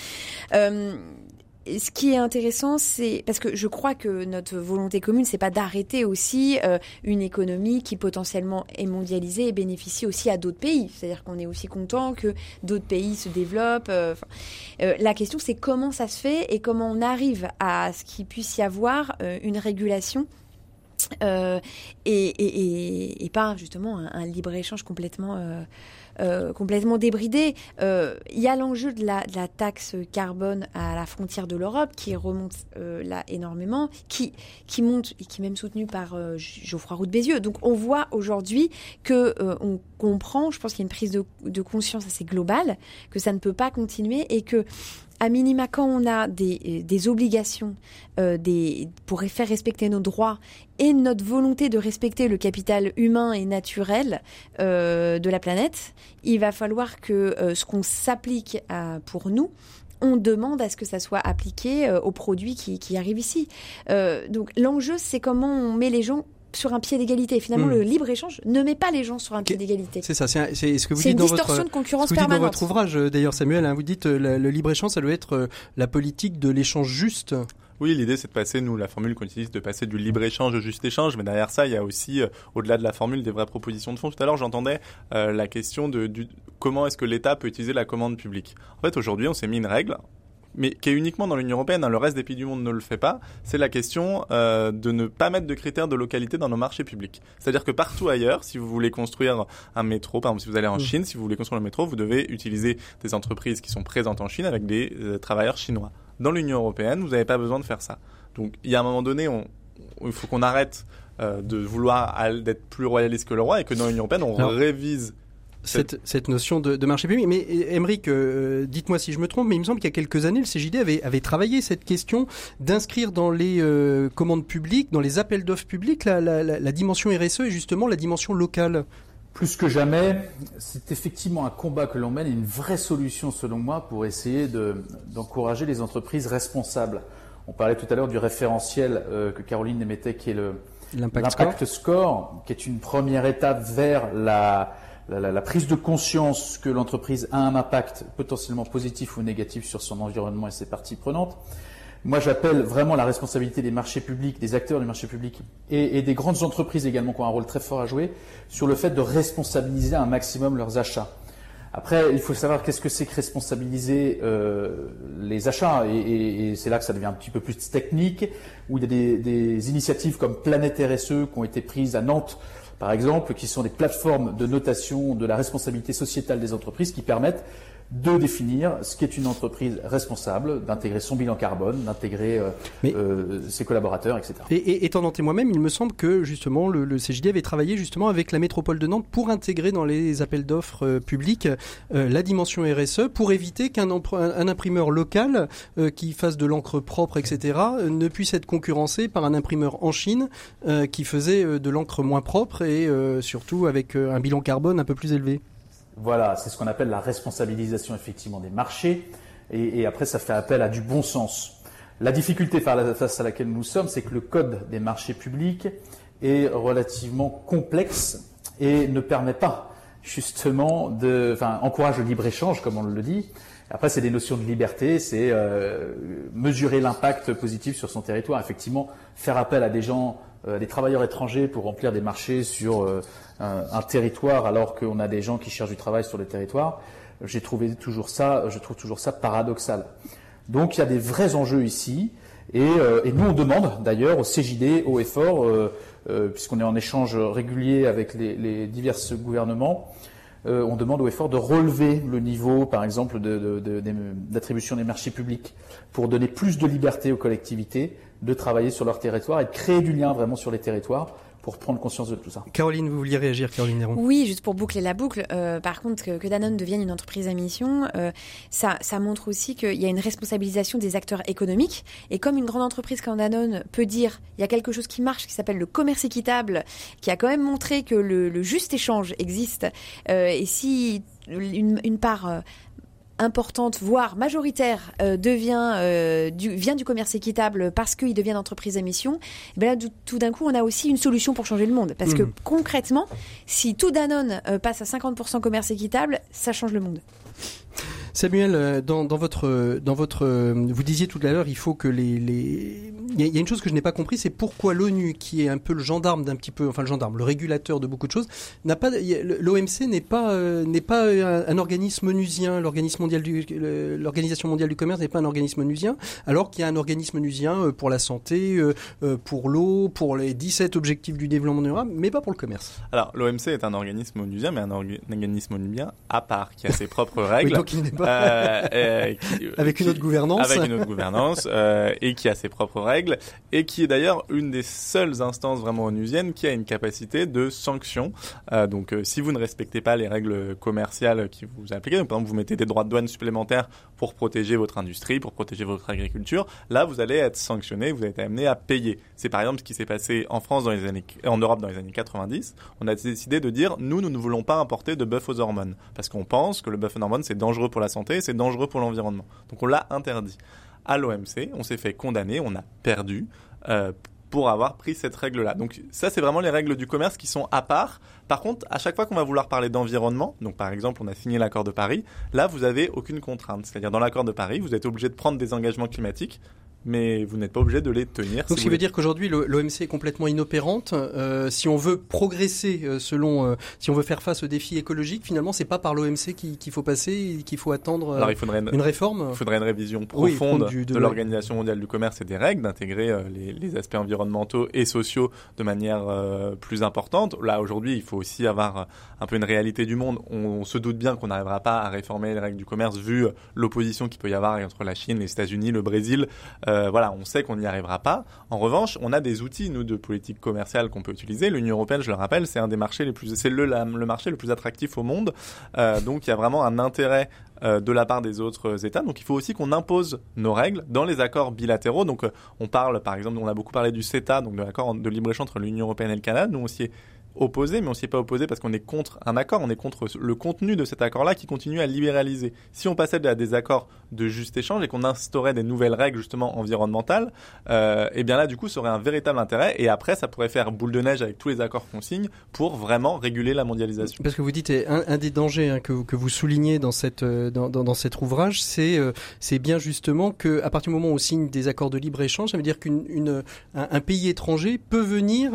Ce qui est intéressant, c'est parce que je crois que notre volonté commune, c'est pas d'arrêter aussi une économie qui potentiellement est mondialisée et bénéficie aussi à d'autres pays. C'est-à-dire qu'on est aussi content que d'autres pays se développent. La question, c'est comment ça se fait et comment on arrive à ce qu'il puisse y avoir une régulation. Et pas justement un libre-échange complètement débridé. Il y a l'enjeu de la taxe carbone à la frontière de l'Europe qui remonte là énormément, qui monte et qui est même soutenue par Geoffroy Roux de Bézieux. Donc on voit aujourd'hui que on comprend, je pense qu'il y a une prise de conscience assez globale, que ça ne peut pas continuer et que à minima, quand on a des obligations pour faire respecter nos droits et notre volonté de respecter le capital humain et naturel de la planète, il va falloir que ce qu'on s'applique pour nous, on demande à ce que ça soit appliqué aux produits qui arrivent ici. Donc l'enjeu, c'est comment on met les gens sur un pied d'égalité. Et finalement, le libre-échange ne met pas les gens sur un pied d'égalité. C'est ça, c'est ce que vous dites dans votre... distorsion de concurrence ce que vous permanente. Dites dans votre ouvrage, d'ailleurs, Samuel, vous dites le libre-échange, ça doit être la politique de l'échange juste. Oui, l'idée, c'est de passer, la formule qu'on utilise, de passer du libre-échange au juste-échange. Mais derrière ça, il y a aussi, au-delà de la formule, des vraies propositions de fond. Tout à l'heure, j'entendais la question de comment est-ce que l'État peut utiliser la commande publique. En fait, aujourd'hui, on s'est mis une règle, mais qui est uniquement dans l'Union européenne, le reste des pays du monde ne le fait pas, c'est la question de ne pas mettre de critères de localité dans nos marchés publics. C'est-à-dire que partout ailleurs, si vous voulez construire un métro, par exemple si vous allez en Chine, si vous voulez construire un métro, vous devez utiliser des entreprises qui sont présentes en Chine avec des travailleurs chinois. Dans l'Union européenne, vous n'avez pas besoin de faire ça. Donc il y a un moment donné, il faut qu'on arrête de vouloir d'être plus royaliste que le roi et que dans l'Union européenne, on révise cette notion de marché public. Mais Aymeric, dites-moi si je me trompe, mais il me semble qu'il y a quelques années, le CJD avait travaillé cette question d'inscrire dans les commandes publiques, dans les appels d'offres publics, la dimension RSE et justement la dimension locale. Plus que jamais, c'est effectivement un combat que l'on mène et une vraie solution selon moi pour essayer d'encourager les entreprises responsables. On parlait tout à l'heure du référentiel que Caroline émettait qui est l'Impact Score, qui est une première étape vers la prise de conscience que l'entreprise a un impact potentiellement positif ou négatif sur son environnement et ses parties prenantes. Moi, j'appelle vraiment la responsabilité des marchés publics, des acteurs du marché public et des grandes entreprises également qui ont un rôle très fort à jouer sur le fait de responsabiliser un maximum leurs achats. Après, il faut savoir qu'est-ce que c'est que responsabiliser les achats et c'est là que ça devient un petit peu plus technique, où il y a des initiatives comme Planète RSE qui ont été prises à Nantes, par exemple, qui sont des plateformes de notation de la responsabilité sociétale des entreprises qui permettent de définir ce qu'est une entreprise responsable, d'intégrer son bilan carbone, d'intégrer ses collaborateurs, etc. Et étant nantais moi-même, il me semble que justement le CJD avait travaillé justement avec la métropole de Nantes pour intégrer dans les appels d'offres publics la dimension RSE pour éviter qu'un imprimeur local qui fasse de l'encre propre, etc., ne puisse être concurrencé par un imprimeur en Chine qui faisait de l'encre moins propre et surtout avec un bilan carbone un peu plus élevé. Voilà, c'est ce qu'on appelle la responsabilisation effectivement des marchés et après ça fait appel à du bon sens. La difficulté face à laquelle nous sommes, c'est que le code des marchés publics est relativement complexe et ne permet pas justement encourage le libre-échange comme on le dit, Après, c'est des notions de liberté, c'est mesurer l'impact positif sur son territoire. Effectivement, faire appel à des gens, des travailleurs étrangers pour remplir des marchés sur un territoire, alors qu'on a des gens qui cherchent du travail sur le territoire, je trouve toujours ça paradoxal. Donc, il y a des vrais enjeux ici. Et nous, on demande d'ailleurs au CJD, au effort, puisqu'on est en échange régulier avec les divers gouvernements, on demande au effort de relever le niveau, par exemple, d'attribution des marchés publics pour donner plus de liberté aux collectivités de travailler sur leur territoire et de créer du lien vraiment sur les territoires pour prendre conscience de tout ça. Caroline, vous vouliez réagir, Caroline Néron? Oui, juste pour boucler la boucle. Par contre, que Danone devienne une entreprise à mission, ça montre aussi qu'il y a une responsabilisation des acteurs économiques. Et comme une grande entreprise comme Danone peut dire, il y a quelque chose qui marche, qui s'appelle le commerce équitable, qui a quand même montré que le juste échange existe. Et si une part importante, voire majoritaire, vient du commerce équitable parce qu'il devient une entreprise à mission, et bien là, tout d'un coup, on a aussi une solution pour changer le monde. Parce que concrètement, si tout Danone passe à 50% commerce équitable, ça change le monde. Samuel, dans votre, vous disiez tout à l'heure, il faut que il y a une chose que je n'ai pas compris, c'est pourquoi l'ONU, qui est un peu le gendarme le régulateur de beaucoup de choses, l'OMC n'est pas un organisme onusien, l'Organisation mondiale du commerce n'est pas un organisme onusien, alors qu'il y a un organisme onusien pour la santé, pour l'eau, pour les 17 objectifs du développement durable, mais pas pour le commerce. Alors, l'OMC est un organisme onusien, mais un organisme onusien à part, qui a ses propres règles. Oui, donc il n'est pas avec une autre gouvernance. Avec une autre gouvernance, et qui a ses propres règles, et qui est d'ailleurs une des seules instances vraiment onusiennes qui a une capacité de sanction. Donc, si vous ne respectez pas les règles commerciales qui vous appliquent, donc, par exemple, vous mettez des droits de douane supplémentaires pour protéger votre industrie, pour protéger votre agriculture, là, vous allez être sanctionné, vous allez être amené à payer. C'est par exemple ce qui s'est passé en France en Europe dans les années 90. On a décidé de dire, nous ne voulons pas importer de bœuf aux hormones, parce qu'on pense que le bœuf aux hormones, c'est dangereux pour la santé, c'est dangereux pour l'environnement. Donc on l'a interdit. À l'OMC, on s'est fait condamner, on a perdu pour avoir pris cette règle-là. Donc ça, c'est vraiment les règles du commerce qui sont à part. Par contre, à chaque fois qu'on va vouloir parler d'environnement, donc par exemple, on a signé l'accord de Paris, là, vous n'avez aucune contrainte. C'est-à-dire, dans l'accord de Paris, vous êtes obligé de prendre des engagements climatiques, mais vous n'êtes pas obligé de les tenir. Donc, ce qui veut dire qu'aujourd'hui, l'OMC est complètement inopérante. Si on veut progresser si on veut faire face aux défis écologiques, finalement, c'est pas par l'OMC qu'il faut passer, qu'il faut attendre une réforme. Il faudrait une révision profonde de l'Organisation mondiale du commerce et des règles, d'intégrer les aspects environnementaux et sociaux de manière plus importante. Là, aujourd'hui, il faut aussi avoir un peu une réalité du monde. On se doute bien qu'on n'arrivera pas à réformer les règles du commerce vu l'opposition qu'il peut y avoir entre la Chine, les États-Unis, le Brésil. On sait qu'on n'y arrivera pas. En revanche, on a des outils, nous, de politique commerciale qu'on peut utiliser. L'Union européenne, je le rappelle, c'est un des marchés c'est le marché le plus attractif au monde. Donc, il y a vraiment un intérêt de la part des autres États. Donc, il faut aussi qu'on impose nos règles dans les accords bilatéraux. Donc, on parle, par exemple, on a beaucoup parlé du CETA, donc de l'accord de libre-échange entre l'Union européenne et le Canada. Nous, on s'y est opposé, mais on s'y est pas opposé parce qu'on est contre un accord, on est contre le contenu de cet accord-là qui continue à libéraliser. Si on passait à des accords de juste échange et qu'on instaurait des nouvelles règles justement environnementales, et bien là du coup ça aurait un véritable intérêt et après ça pourrait faire boule de neige avec tous les accords qu'on signe pour vraiment réguler la mondialisation. Parce que vous dites un des dangers que vous soulignez dans cet ouvrage, c'est bien justement que à partir du moment où on signe des accords de libre échange, ça veut dire qu'un pays étranger peut venir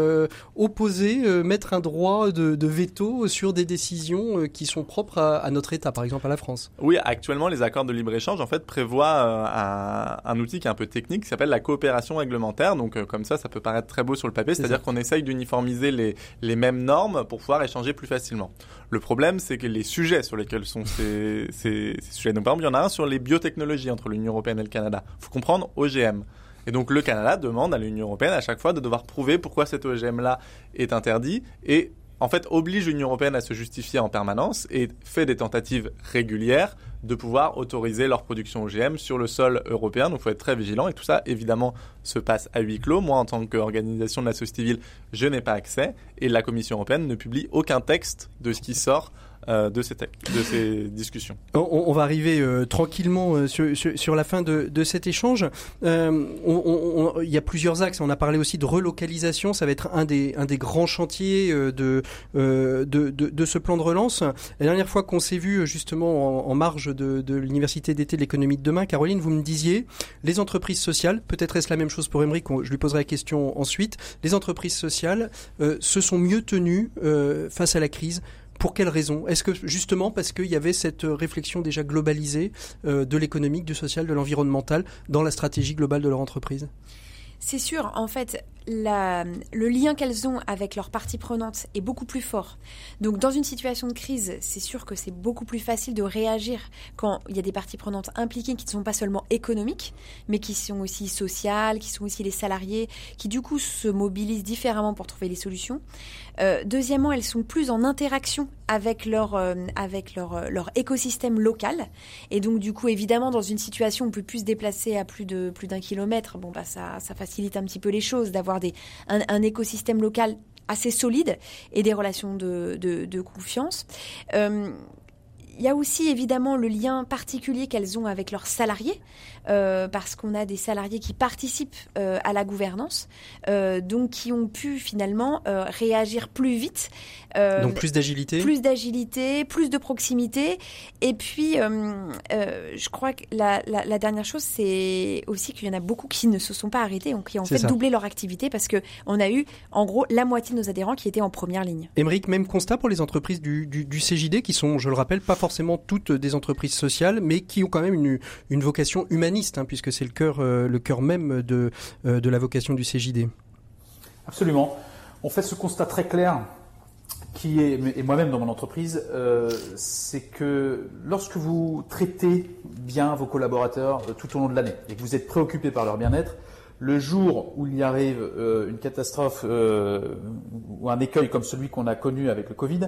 opposer, mettre un droit de veto sur des décisions qui sont propres à notre État, par exemple à la France. Oui, actuellement les accords de libre-échange en fait prévoient un outil qui est un peu technique qui s'appelle la coopération réglementaire. Donc comme ça peut paraître très beau sur le papier, c'est-à-dire qu'on essaye d'uniformiser les mêmes normes pour pouvoir échanger plus facilement. Le problème, c'est que les sujets sur lesquels sont ces sujets, donc par exemple il y en a un sur les biotechnologies entre l'Union européenne et le Canada. Il faut comprendre OGM. Et donc le Canada demande à l'Union européenne à chaque fois de devoir prouver pourquoi cet OGM-là est interdit et en fait oblige l'Union européenne à se justifier en permanence et fait des tentatives régulières de pouvoir autoriser leur production OGM sur le sol européen. Donc il faut être très vigilant et tout ça évidemment se passe à huis clos. Moi en tant qu'organisation de la société civile, je n'ai pas accès et la Commission européenne ne publie aucun texte de ce qui sort de ces discussions. On va arriver tranquillement sur la fin de cet échange. Il y a plusieurs axes. On a parlé aussi de relocalisation. Ça va être un des grands chantiers de ce plan de relance. La dernière fois qu'on s'est vu justement en marge de l'Université d'été de l'économie de demain. Caroline, vous me disiez, les entreprises sociales, peut-être est-ce la même chose pour Aymeric, je lui poserai la question ensuite, les entreprises sociales se sont mieux tenues face à la crise. Pour quelles raisons ? Est-ce que justement parce qu'il y avait cette réflexion déjà globalisée de l'économique, du social, de l'environnemental dans la stratégie globale de leur entreprise ? C'est sûr, en fait, le lien qu'elles ont avec leurs parties prenantes est beaucoup plus fort. Donc, dans une situation de crise, c'est sûr que c'est beaucoup plus facile de réagir quand il y a des parties prenantes impliquées qui ne sont pas seulement économiques, mais qui sont aussi sociales, qui sont aussi les salariés, qui du coup se mobilisent différemment pour trouver les solutions. Deuxièmement, elles sont plus en interaction avec leur écosystème local. Et donc, du coup, évidemment, dans une situation où on peut plus se déplacer à plus d'un kilomètre, ça facilite un petit peu les choses d'avoir un écosystème local assez solide et des relations de confiance. Il y a aussi évidemment le lien particulier qu'elles ont avec leurs salariés, parce qu'on a des salariés qui participent à la gouvernance, donc qui ont pu finalement réagir plus vite. Donc plus d'agilité, plus de proximité. Et puis, je crois que la dernière chose, c'est aussi qu'il y en a beaucoup qui ne se sont pas arrêtés, qui ont doublé leur activité, parce qu'on a eu en gros la moitié de nos adhérents qui étaient en première ligne. Aymeric, même constat pour les entreprises du CJD, qui sont, je le rappelle, pas forcément toutes des entreprises sociales, mais qui ont quand même une vocation humaniste, puisque c'est le cœur même de la vocation du CJD. Absolument. On fait ce constat très clair, qui est, et moi-même dans mon entreprise, c'est que lorsque vous traitez bien vos collaborateurs tout au long de l'année, et que vous êtes préoccupé par leur bien-être, le jour où il y arrive une catastrophe ou un écueil comme celui qu'on a connu avec le Covid,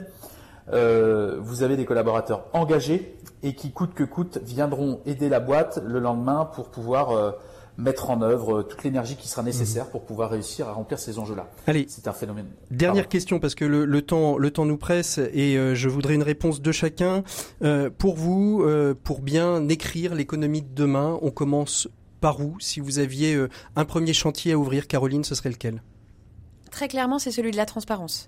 vous avez des collaborateurs engagés et qui, coûte que coûte, viendront aider la boîte le lendemain pour pouvoir mettre en œuvre toute l'énergie qui sera nécessaire pour pouvoir réussir à remplir ces enjeux-là. Allez, c'est un phénomène. Dernière question, parce que le temps nous presse et je voudrais une réponse de chacun. Pour vous, pour bien écrire l'économie de demain, on commence par où ? Si vous aviez un premier chantier à ouvrir, Caroline, ce serait lequel ? Très clairement, c'est celui de la transparence.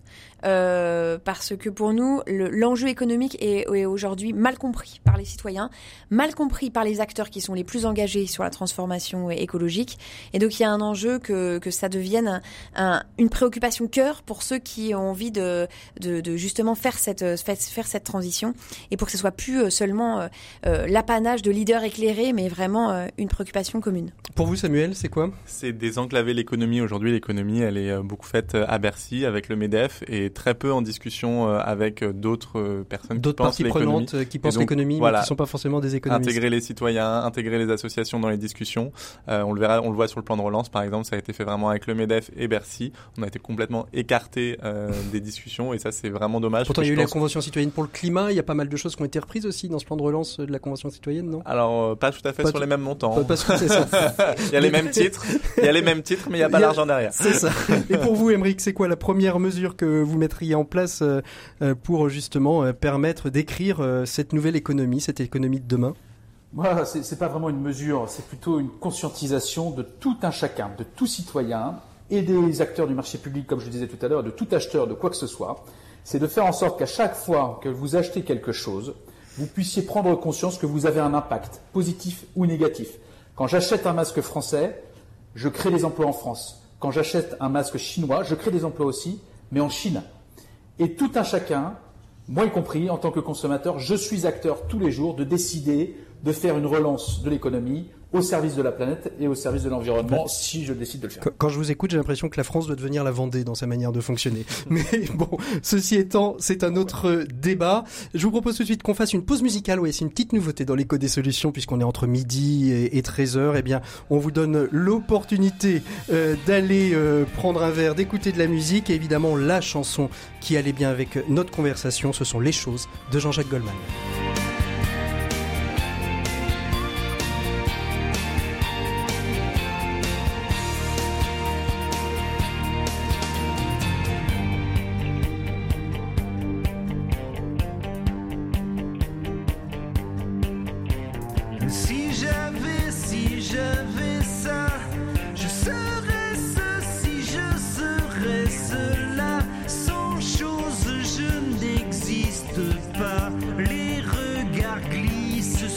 Parce que pour nous, l'enjeu économique est aujourd'hui mal compris par les citoyens, mal compris par les acteurs qui sont les plus engagés sur la transformation écologique. Et donc, il y a un enjeu que ça devienne une préoccupation cœur pour ceux qui ont envie de justement faire cette transition, et pour que ce soit plus seulement l'apanage de leaders éclairés, mais vraiment une préoccupation commune. Pour vous, Samuel, c'est quoi ? C'est désenclaver l'économie. Aujourd'hui, l'économie, elle est beaucoup faite à Bercy avec le MEDEF et très peu en discussion avec d'autres personnes d'autres parties prenantes qui pensent l'économie, mais qui ne sont pas forcément des économistes. Intégrer les citoyens, intégrer les associations dans les discussions. On le voit sur le plan de relance, par exemple, ça a été fait vraiment avec le MEDEF et Bercy. On a été complètement écartés des discussions et ça, c'est vraiment dommage. Pourtant, il y a eu la Convention citoyenne pour le climat. Il y a pas mal de choses qui ont été reprises aussi dans ce plan de relance de la Convention citoyenne, non ? Alors, pas tout à fait sur les mêmes montants. Pas c'est ça. Il y a les mêmes titres, mais il n'y a pas l'argent derrière. C'est ça. Et pour vous, Aymeric, c'est quoi la première mesure que vous mettriez en place pour justement permettre d'écrire cette nouvelle économie, cette économie de demain ? Moi, c'est pas vraiment une mesure, c'est plutôt une conscientisation de tout un chacun, de tout citoyen et des acteurs du marché public, comme je le disais tout à l'heure, de tout acheteur de quoi que ce soit. C'est de faire en sorte qu'à chaque fois que vous achetez quelque chose, vous puissiez prendre conscience que vous avez un impact, positif ou négatif. Quand j'achète un masque français, je crée des emplois en France. Quand j'achète un masque chinois, je crée des emplois aussi, mais en Chine. Et tout un chacun, moi y compris, en tant que consommateur, je suis acteur tous les jours de décider de faire une relance de l'économie au service de la planète et au service de l'environnement, si je décide de le faire. Quand je vous écoute, j'ai l'impression que la France doit devenir la Vendée dans sa manière de fonctionner. Mais bon, ceci étant, c'est un autre débat. Je vous propose tout de suite qu'on fasse une pause musicale. Oui, c'est une petite nouveauté dans l'écho des solutions, puisqu'on est entre midi et 13h. Eh bien, on vous donne l'opportunité d'aller prendre un verre, d'écouter de la musique. Et évidemment, la chanson qui allait bien avec notre conversation, ce sont Les Choses de Jean-Jacques Goldman. Si j'avais ça, je serais ceci, je serais cela. Sans chose, je n'existe pas. Les regards glissent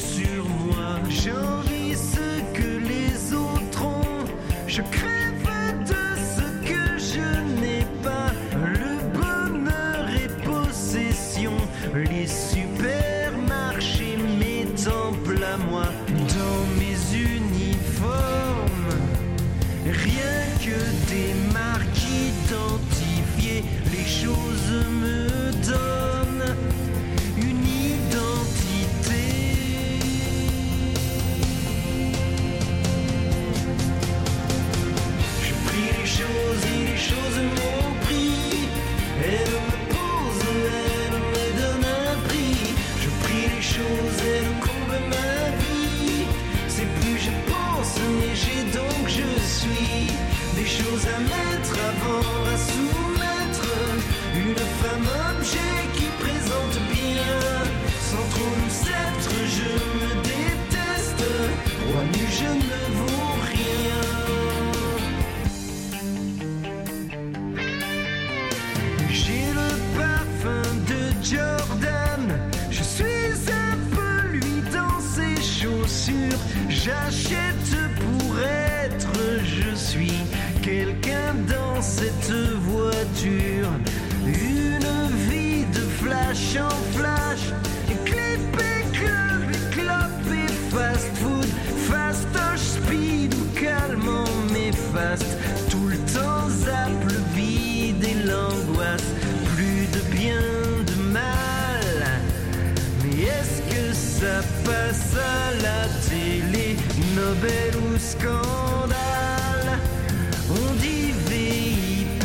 j'achète pour être, je suis quelqu'un dans cette voiture. Une vie de flash en flash, clip et club et clope et fast food, fastoche, speed ou calmant mais fast. Tout le temps zappe le vide et l'angoisse, plus de bien, de mal. Mais est-ce que ça passe à la télé, Nobel ou scandale? On dit VIP.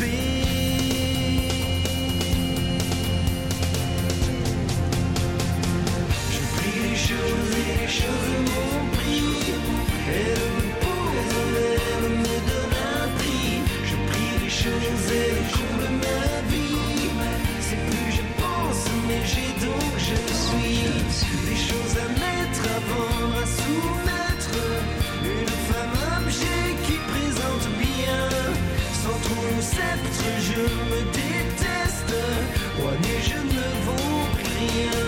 Je prie les choses et les choses m'ont pris. Elles me posent, elles me donnent un prix. Je prie les choses, elles coulent ma vie. C'est plus je pense, mais j'ai donc je suis. Des choses à mettre, à vendre, à soumettre. Une femme objet qui présente bien. Sans trop sceptre, je me déteste. Ouais, mais je ne vaux rien.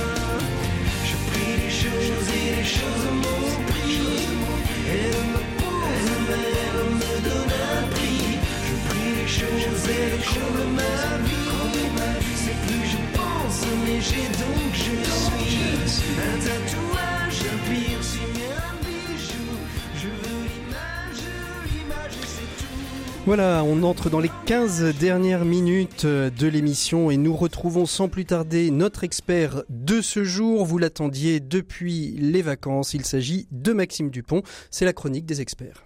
Je prie les choses et les choses m'ont pris. Elles me posent, mais elles me donnent un prix. Je prie les choses et elles coulent ma vie. C'est plus je pense, mais j'ai donc je suis. Un tatouage, un piercing, un bijou. Je veux l'image et c'est tout. Voilà, on entre dans les 15 dernières minutes de l'émission et nous retrouvons sans plus tarder notre expert de ce jour. Vous l'attendiez depuis les vacances, il s'agit de Maxime Dupont, c'est la chronique des experts.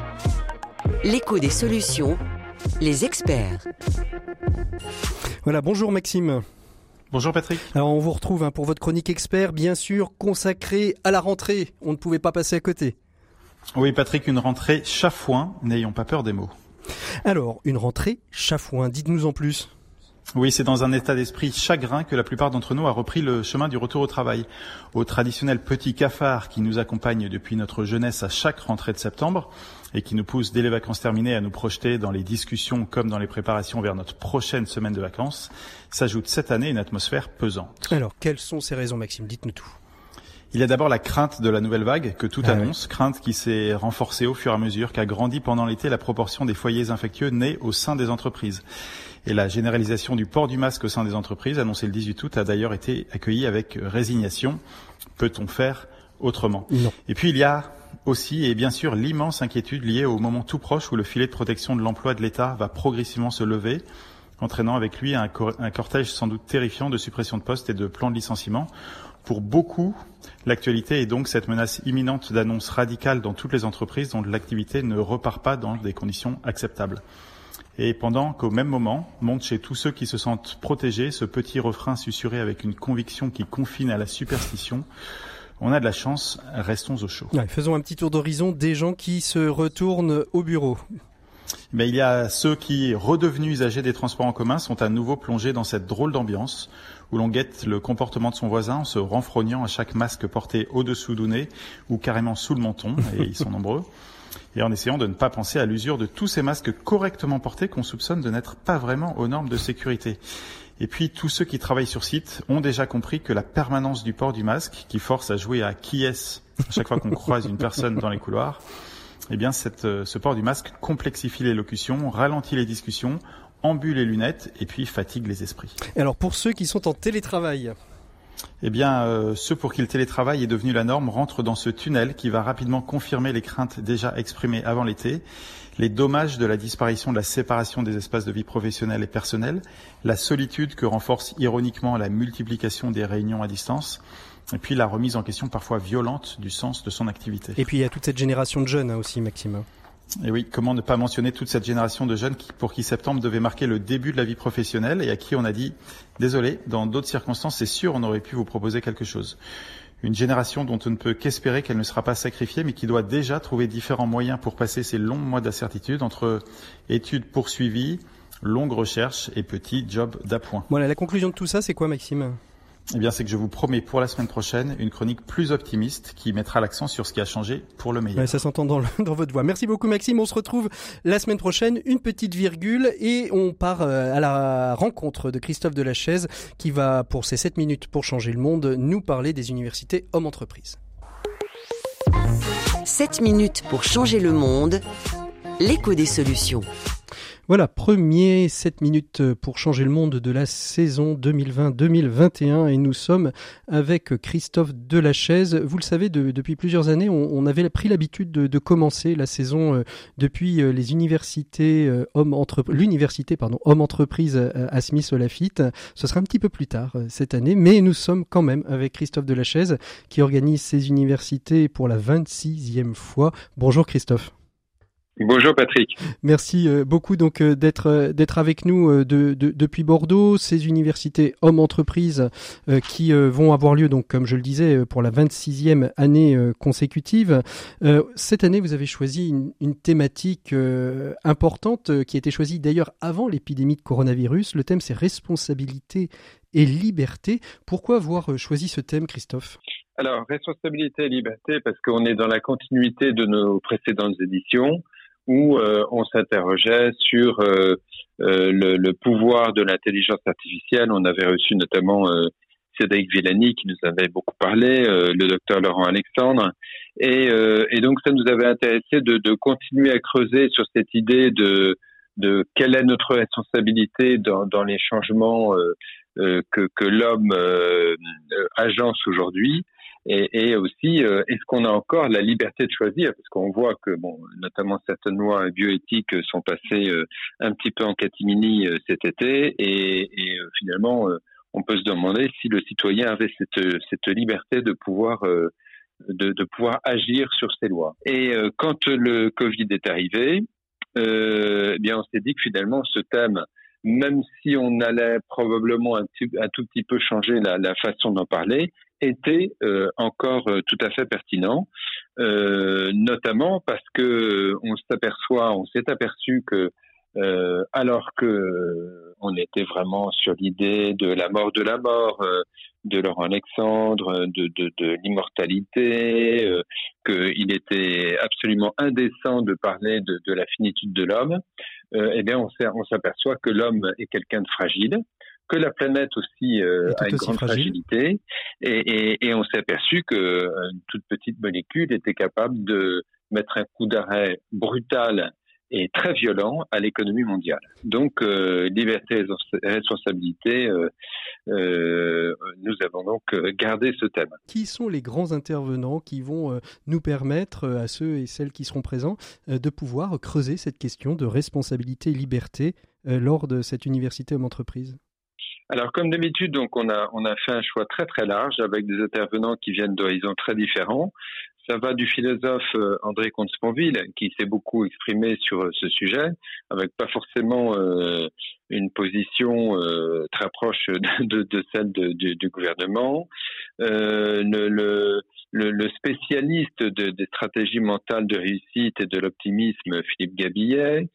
L'écho des solutions, les experts. Voilà, bonjour Maxime. Bonjour Patrick. Alors on vous retrouve pour votre chronique expert, bien sûr consacrée à la rentrée, on ne pouvait pas passer à côté. Oui Patrick, une rentrée chafouin, n'ayons pas peur des mots. Alors, une rentrée chafouin, dites-nous en plus. Oui, c'est dans un état d'esprit chagrin que la plupart d'entre nous a repris le chemin du retour au travail. Au traditionnel petit cafard qui nous accompagne depuis notre jeunesse à chaque rentrée de septembre et qui nous pousse dès les vacances terminées à nous projeter dans les discussions comme dans les préparations vers notre prochaine semaine de vacances, s'ajoute cette année une atmosphère pesante. Alors, quelles sont ces raisons, Maxime? Dites-nous tout. Il y a d'abord la crainte de la nouvelle vague que tout annonce, crainte qui s'est renforcée au fur et à mesure qu'a grandi pendant l'été la proportion des foyers infectieux nés au sein des entreprises. Et la généralisation du port du masque au sein des entreprises, annoncée le 18 août, a d'ailleurs été accueillie avec résignation. Peut-on faire autrement? Non. Et puis il y a aussi, et bien sûr, l'immense inquiétude liée au moment tout proche où le filet de protection de l'emploi de l'État va progressivement se lever, entraînant avec lui un cortège sans doute terrifiant de suppression de postes et de plans de licenciement. Pour beaucoup, l'actualité est donc cette menace imminente d'annonces radicales dans toutes les entreprises dont l'activité ne repart pas dans des conditions acceptables. Et pendant qu'au même moment, monte chez tous ceux qui se sentent protégés ce petit refrain susurré avec une conviction qui confine à la superstition, on a de la chance, restons au chaud. Ouais, faisons un petit tour d'horizon des gens qui se retournent au bureau. Mais il y a ceux qui, redevenus usagers des transports en commun, sont à nouveau plongés dans cette drôle d'ambiance où l'on guette le comportement de son voisin en se renfrognant à chaque masque porté au-dessous du nez ou carrément sous le menton, et ils sont nombreux, et en essayant de ne pas penser à l'usure de tous ces masques correctement portés qu'on soupçonne de n'être pas vraiment aux normes de sécurité. Et puis tous ceux qui travaillent sur site ont déjà compris que la permanence du port du masque, qui force à jouer à qui est-ce à chaque fois qu'on croise une personne dans les couloirs, eh bien ce port du masque complexifie l'élocution, ralentit les discussions, embue les lunettes et puis fatigue les esprits. Et alors pour ceux qui sont en télétravail? Eh bien, ceux pour qui le télétravail est devenu la norme rentrent dans ce tunnel qui va rapidement confirmer les craintes déjà exprimées avant l'été, les dommages de la disparition de la séparation des espaces de vie professionnelle et personnelle, la solitude que renforce ironiquement la multiplication des réunions à distance, et puis la remise en question parfois violente du sens de son activité. Et puis il y a toute cette génération de jeunes aussi, Maxime. Et oui, comment ne pas mentionner toute cette génération de jeunes pour qui septembre devait marquer le début de la vie professionnelle et à qui on a dit « Désolé, dans d'autres circonstances, c'est sûr, on aurait pu vous proposer quelque chose ». Une génération dont on ne peut qu'espérer qu'elle ne sera pas sacrifiée, mais qui doit déjà trouver différents moyens pour passer ces longs mois d'incertitude entre études poursuivies, longues recherches et petits jobs d'appoint. Voilà, la conclusion de tout ça, c'est quoi, Maxime ? Eh bien, c'est que je vous promets pour la semaine prochaine une chronique plus optimiste qui mettra l'accent sur ce qui a changé pour le meilleur. Ouais, ça s'entend dans votre voix. Merci beaucoup, Maxime. On se retrouve la semaine prochaine, une petite virgule, et on part à la rencontre de Christophe Delachaise qui va, pour ces 7 minutes pour changer le monde, nous parler des universités hommes-entreprises. 7 minutes pour changer le monde, l'écho des solutions. Voilà, premier 7 minutes pour changer le monde de la saison 2020-2021 et nous sommes avec Christophe Delachaise. Vous le savez, depuis plusieurs années, on avait pris l'habitude de commencer la saison depuis les universités l'université Homme-Entreprise à Smith-Lafitte. Ce sera un petit peu plus tard cette année, mais nous sommes quand même avec Christophe Delachaise qui organise ces universités pour la 26e fois. Bonjour Christophe. Bonjour Patrick. Merci beaucoup donc d'être avec nous depuis Bordeaux. Ces universités hommes-entreprises qui vont avoir lieu donc comme je le disais pour la 26e année consécutive. Cette année vous avez choisi une thématique importante qui a été choisie d'ailleurs avant l'épidémie de coronavirus. Le thème c'est responsabilité et liberté. Pourquoi avoir choisi ce thème, Christophe ? Alors responsabilité et liberté parce qu'on est dans la continuité de nos précédentes éditions, où on s'interrogeait sur le pouvoir de l'intelligence artificielle. On avait reçu notamment Cédric Villani qui nous avait beaucoup parlé, le docteur Laurent Alexandre, et donc ça nous avait intéressé de continuer à creuser sur cette idée de quelle est notre responsabilité dans les changements que l'homme agence aujourd'hui. Et aussi, est-ce qu'on a encore la liberté de choisir ? Parce qu'on voit que, notamment certaines lois bioéthiques sont passées un petit peu en catimini cet été, et finalement, on peut se demander si le citoyen avait cette liberté de pouvoir agir sur ces lois. Et quand le Covid est arrivé, bien, on s'est dit que finalement, ce thème, même si on allait probablement un tout petit peu changer la façon d'en parler, était encore tout à fait pertinent, notamment parce que on s'est aperçu que alors que on était vraiment sur l'idée de la mort de Laurent Alexandre, de l'immortalité, qu'il était absolument indécent de parler de la finitude de l'homme, eh bien on s'aperçoit que l'homme est quelqu'un de fragile, que la planète aussi a une grande fragilité, et on s'est aperçu que une toute petite molécule était capable de mettre un coup d'arrêt brutal et très violent à l'économie mondiale. Donc liberté et responsabilité, nous avons donc gardé ce thème. Qui sont les grands intervenants qui vont nous permettre à ceux et celles qui seront présents de pouvoir creuser cette question de responsabilité et liberté lors de cette université homme-entreprise ? Alors, comme d'habitude, donc on a fait un choix très très large avec des intervenants qui viennent d'horizons très différents. Ça va du philosophe André Comte-Sponville, qui s'est beaucoup exprimé sur ce sujet, avec pas forcément une position très proche de celle du gouvernement. Le spécialiste des stratégies mentales de réussite et de l'optimisme, Philippe Gabillet,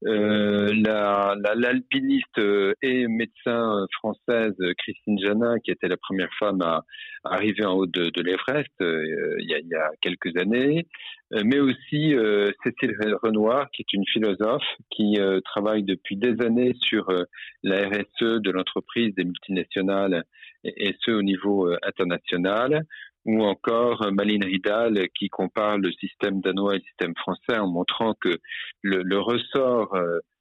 l'alpiniste et médecin française Christine Janin, qui était la première femme à arriver en haut de l'Everest il y a quelques années, mais aussi Cécile Renoir, qui est une philosophe qui travaille depuis des années sur la RSE de l'entreprise, des multinationales, et ce au niveau international, ou encore Malin Ridal qui compare le système danois et le système français en montrant que le ressort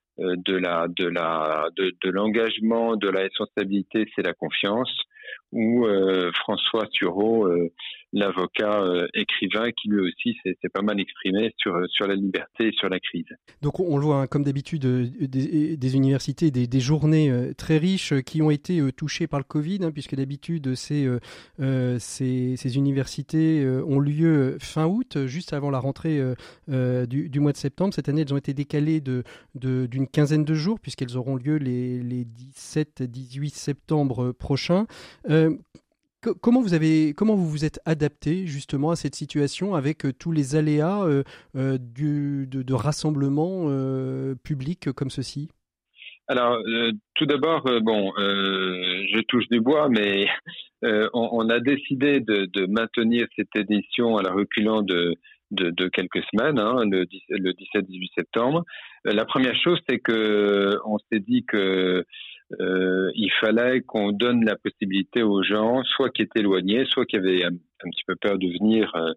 de l'engagement, de la responsabilité, c'est la confiance, ou François Thureau, l'avocat écrivain, qui lui aussi s'est pas mal exprimé sur la liberté et sur la crise. Donc on le voit, hein, comme d'habitude, des universités, des journées très riches qui ont été touchées par le Covid, hein, puisque d'habitude ces universités ont lieu fin août, juste avant la rentrée du mois de septembre. Cette année, elles ont été décalées d'une quinzaine de jours, puisqu'elles auront lieu les 17-18 septembre prochains. Comment vous vous êtes adapté justement à cette situation avec tous les aléas de rassemblement public comme ceci ? Alors, tout d'abord, je touche du bois, mais on a décidé de maintenir cette édition à la reculant de quelques semaines, hein, le 17-18 septembre. La première chose, c'est que on s'est dit que il fallait qu'on donne la possibilité aux gens, soit qui étaient éloignés, soit qui avaient un petit peu peur de venir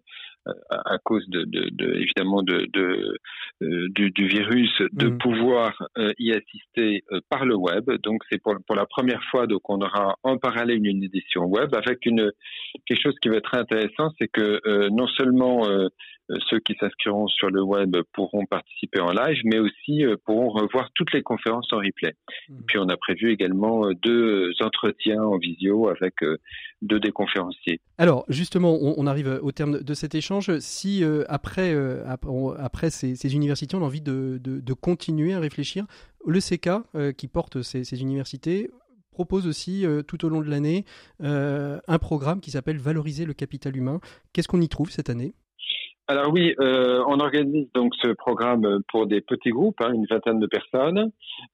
à cause évidemment du virus, de pouvoir y assister par le web. Donc c'est pour la première fois, donc on aura en parallèle une édition web avec quelque chose qui va être très intéressant, c'est que non seulement ceux qui s'inscriront sur le web pourront participer en live, mais aussi pourront revoir toutes les conférences en replay. Puis on a prévu également 2 entretiens en visio avec 2 des conférenciers. Alors justement, on arrive au terme de cet échange. Si après ces universités, on a envie de continuer à réfléchir, le CK qui porte ces universités propose aussi tout au long de l'année un programme qui s'appelle Valoriser le capital humain. Qu'est-ce qu'on y trouve cette année ? Alors oui, on organise donc ce programme pour des petits groupes, une vingtaine de personnes.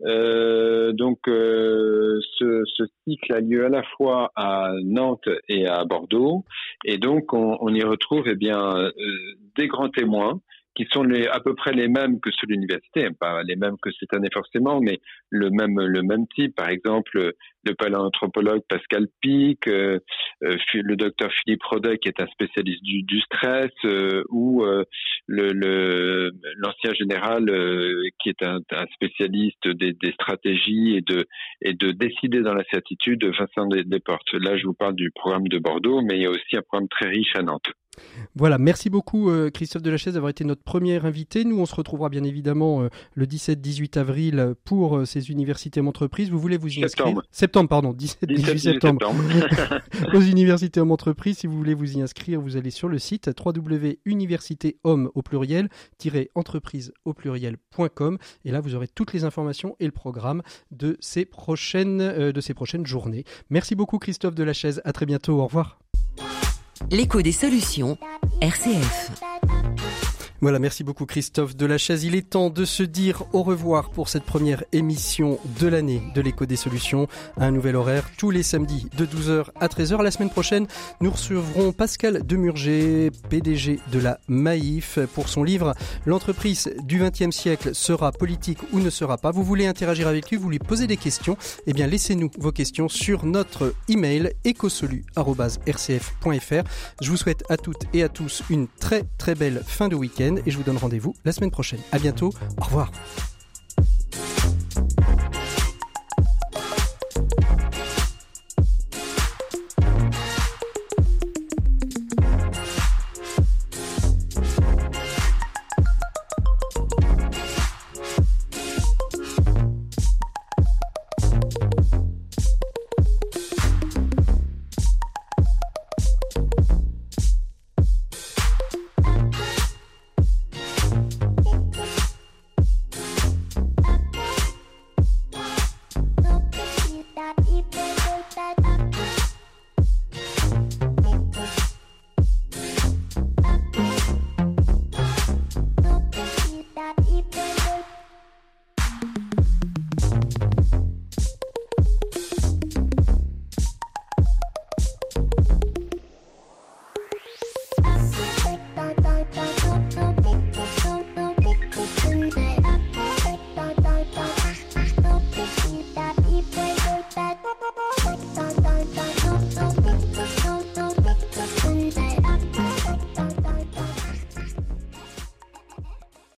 Ce cycle a lieu à la fois à Nantes et à Bordeaux, et donc on y retrouve des grands témoins qui sont à peu près les mêmes que ceux de l'université, pas les mêmes que cette année forcément, mais le même type. Par exemple, le paléanthropologue Pascal Pic, le docteur Philippe Rodet qui est un spécialiste du stress, ou l'ancien général qui est un spécialiste des stratégies et de décider dans l'incertitude, Vincent Desportes. Là, je vous parle du programme de Bordeaux, mais il y a aussi un programme très riche à Nantes. Voilà, merci beaucoup Christophe Delachaise d'avoir été notre premier invité. Nous, on se retrouvera bien évidemment le 17-18 avril pour ces universités en entreprise. Vous voulez vous y inscrire ? Septembre, pardon, 17-18 septembre. Aux universités en entreprise, si vous voulez vous y inscrire, vous allez sur le site www.universitéhomme au pluriel-entreprise.com et là, vous aurez toutes les informations et le programme de ces prochaines journées. Merci beaucoup Christophe Delachaise, à très bientôt, au revoir. L'écho des solutions, RCF. Voilà, merci beaucoup Christophe Delachaise. Il est temps de se dire au revoir pour cette première émission de l'année de l'Écho des solutions. À un nouvel horaire, tous les samedis de 12h à 13h. La semaine prochaine, nous recevrons Pascal Demurger, PDG de la Maïf, pour son livre « L'entreprise du XXe siècle sera politique ou ne sera pas ». Vous voulez interagir avec lui, vous lui posez des questions, eh bien laissez-nous vos questions sur notre email ecosolu@rcf.fr. Je vous souhaite à toutes et à tous une très très belle fin de week-end et je vous donne rendez-vous la semaine prochaine. À bientôt, au revoir.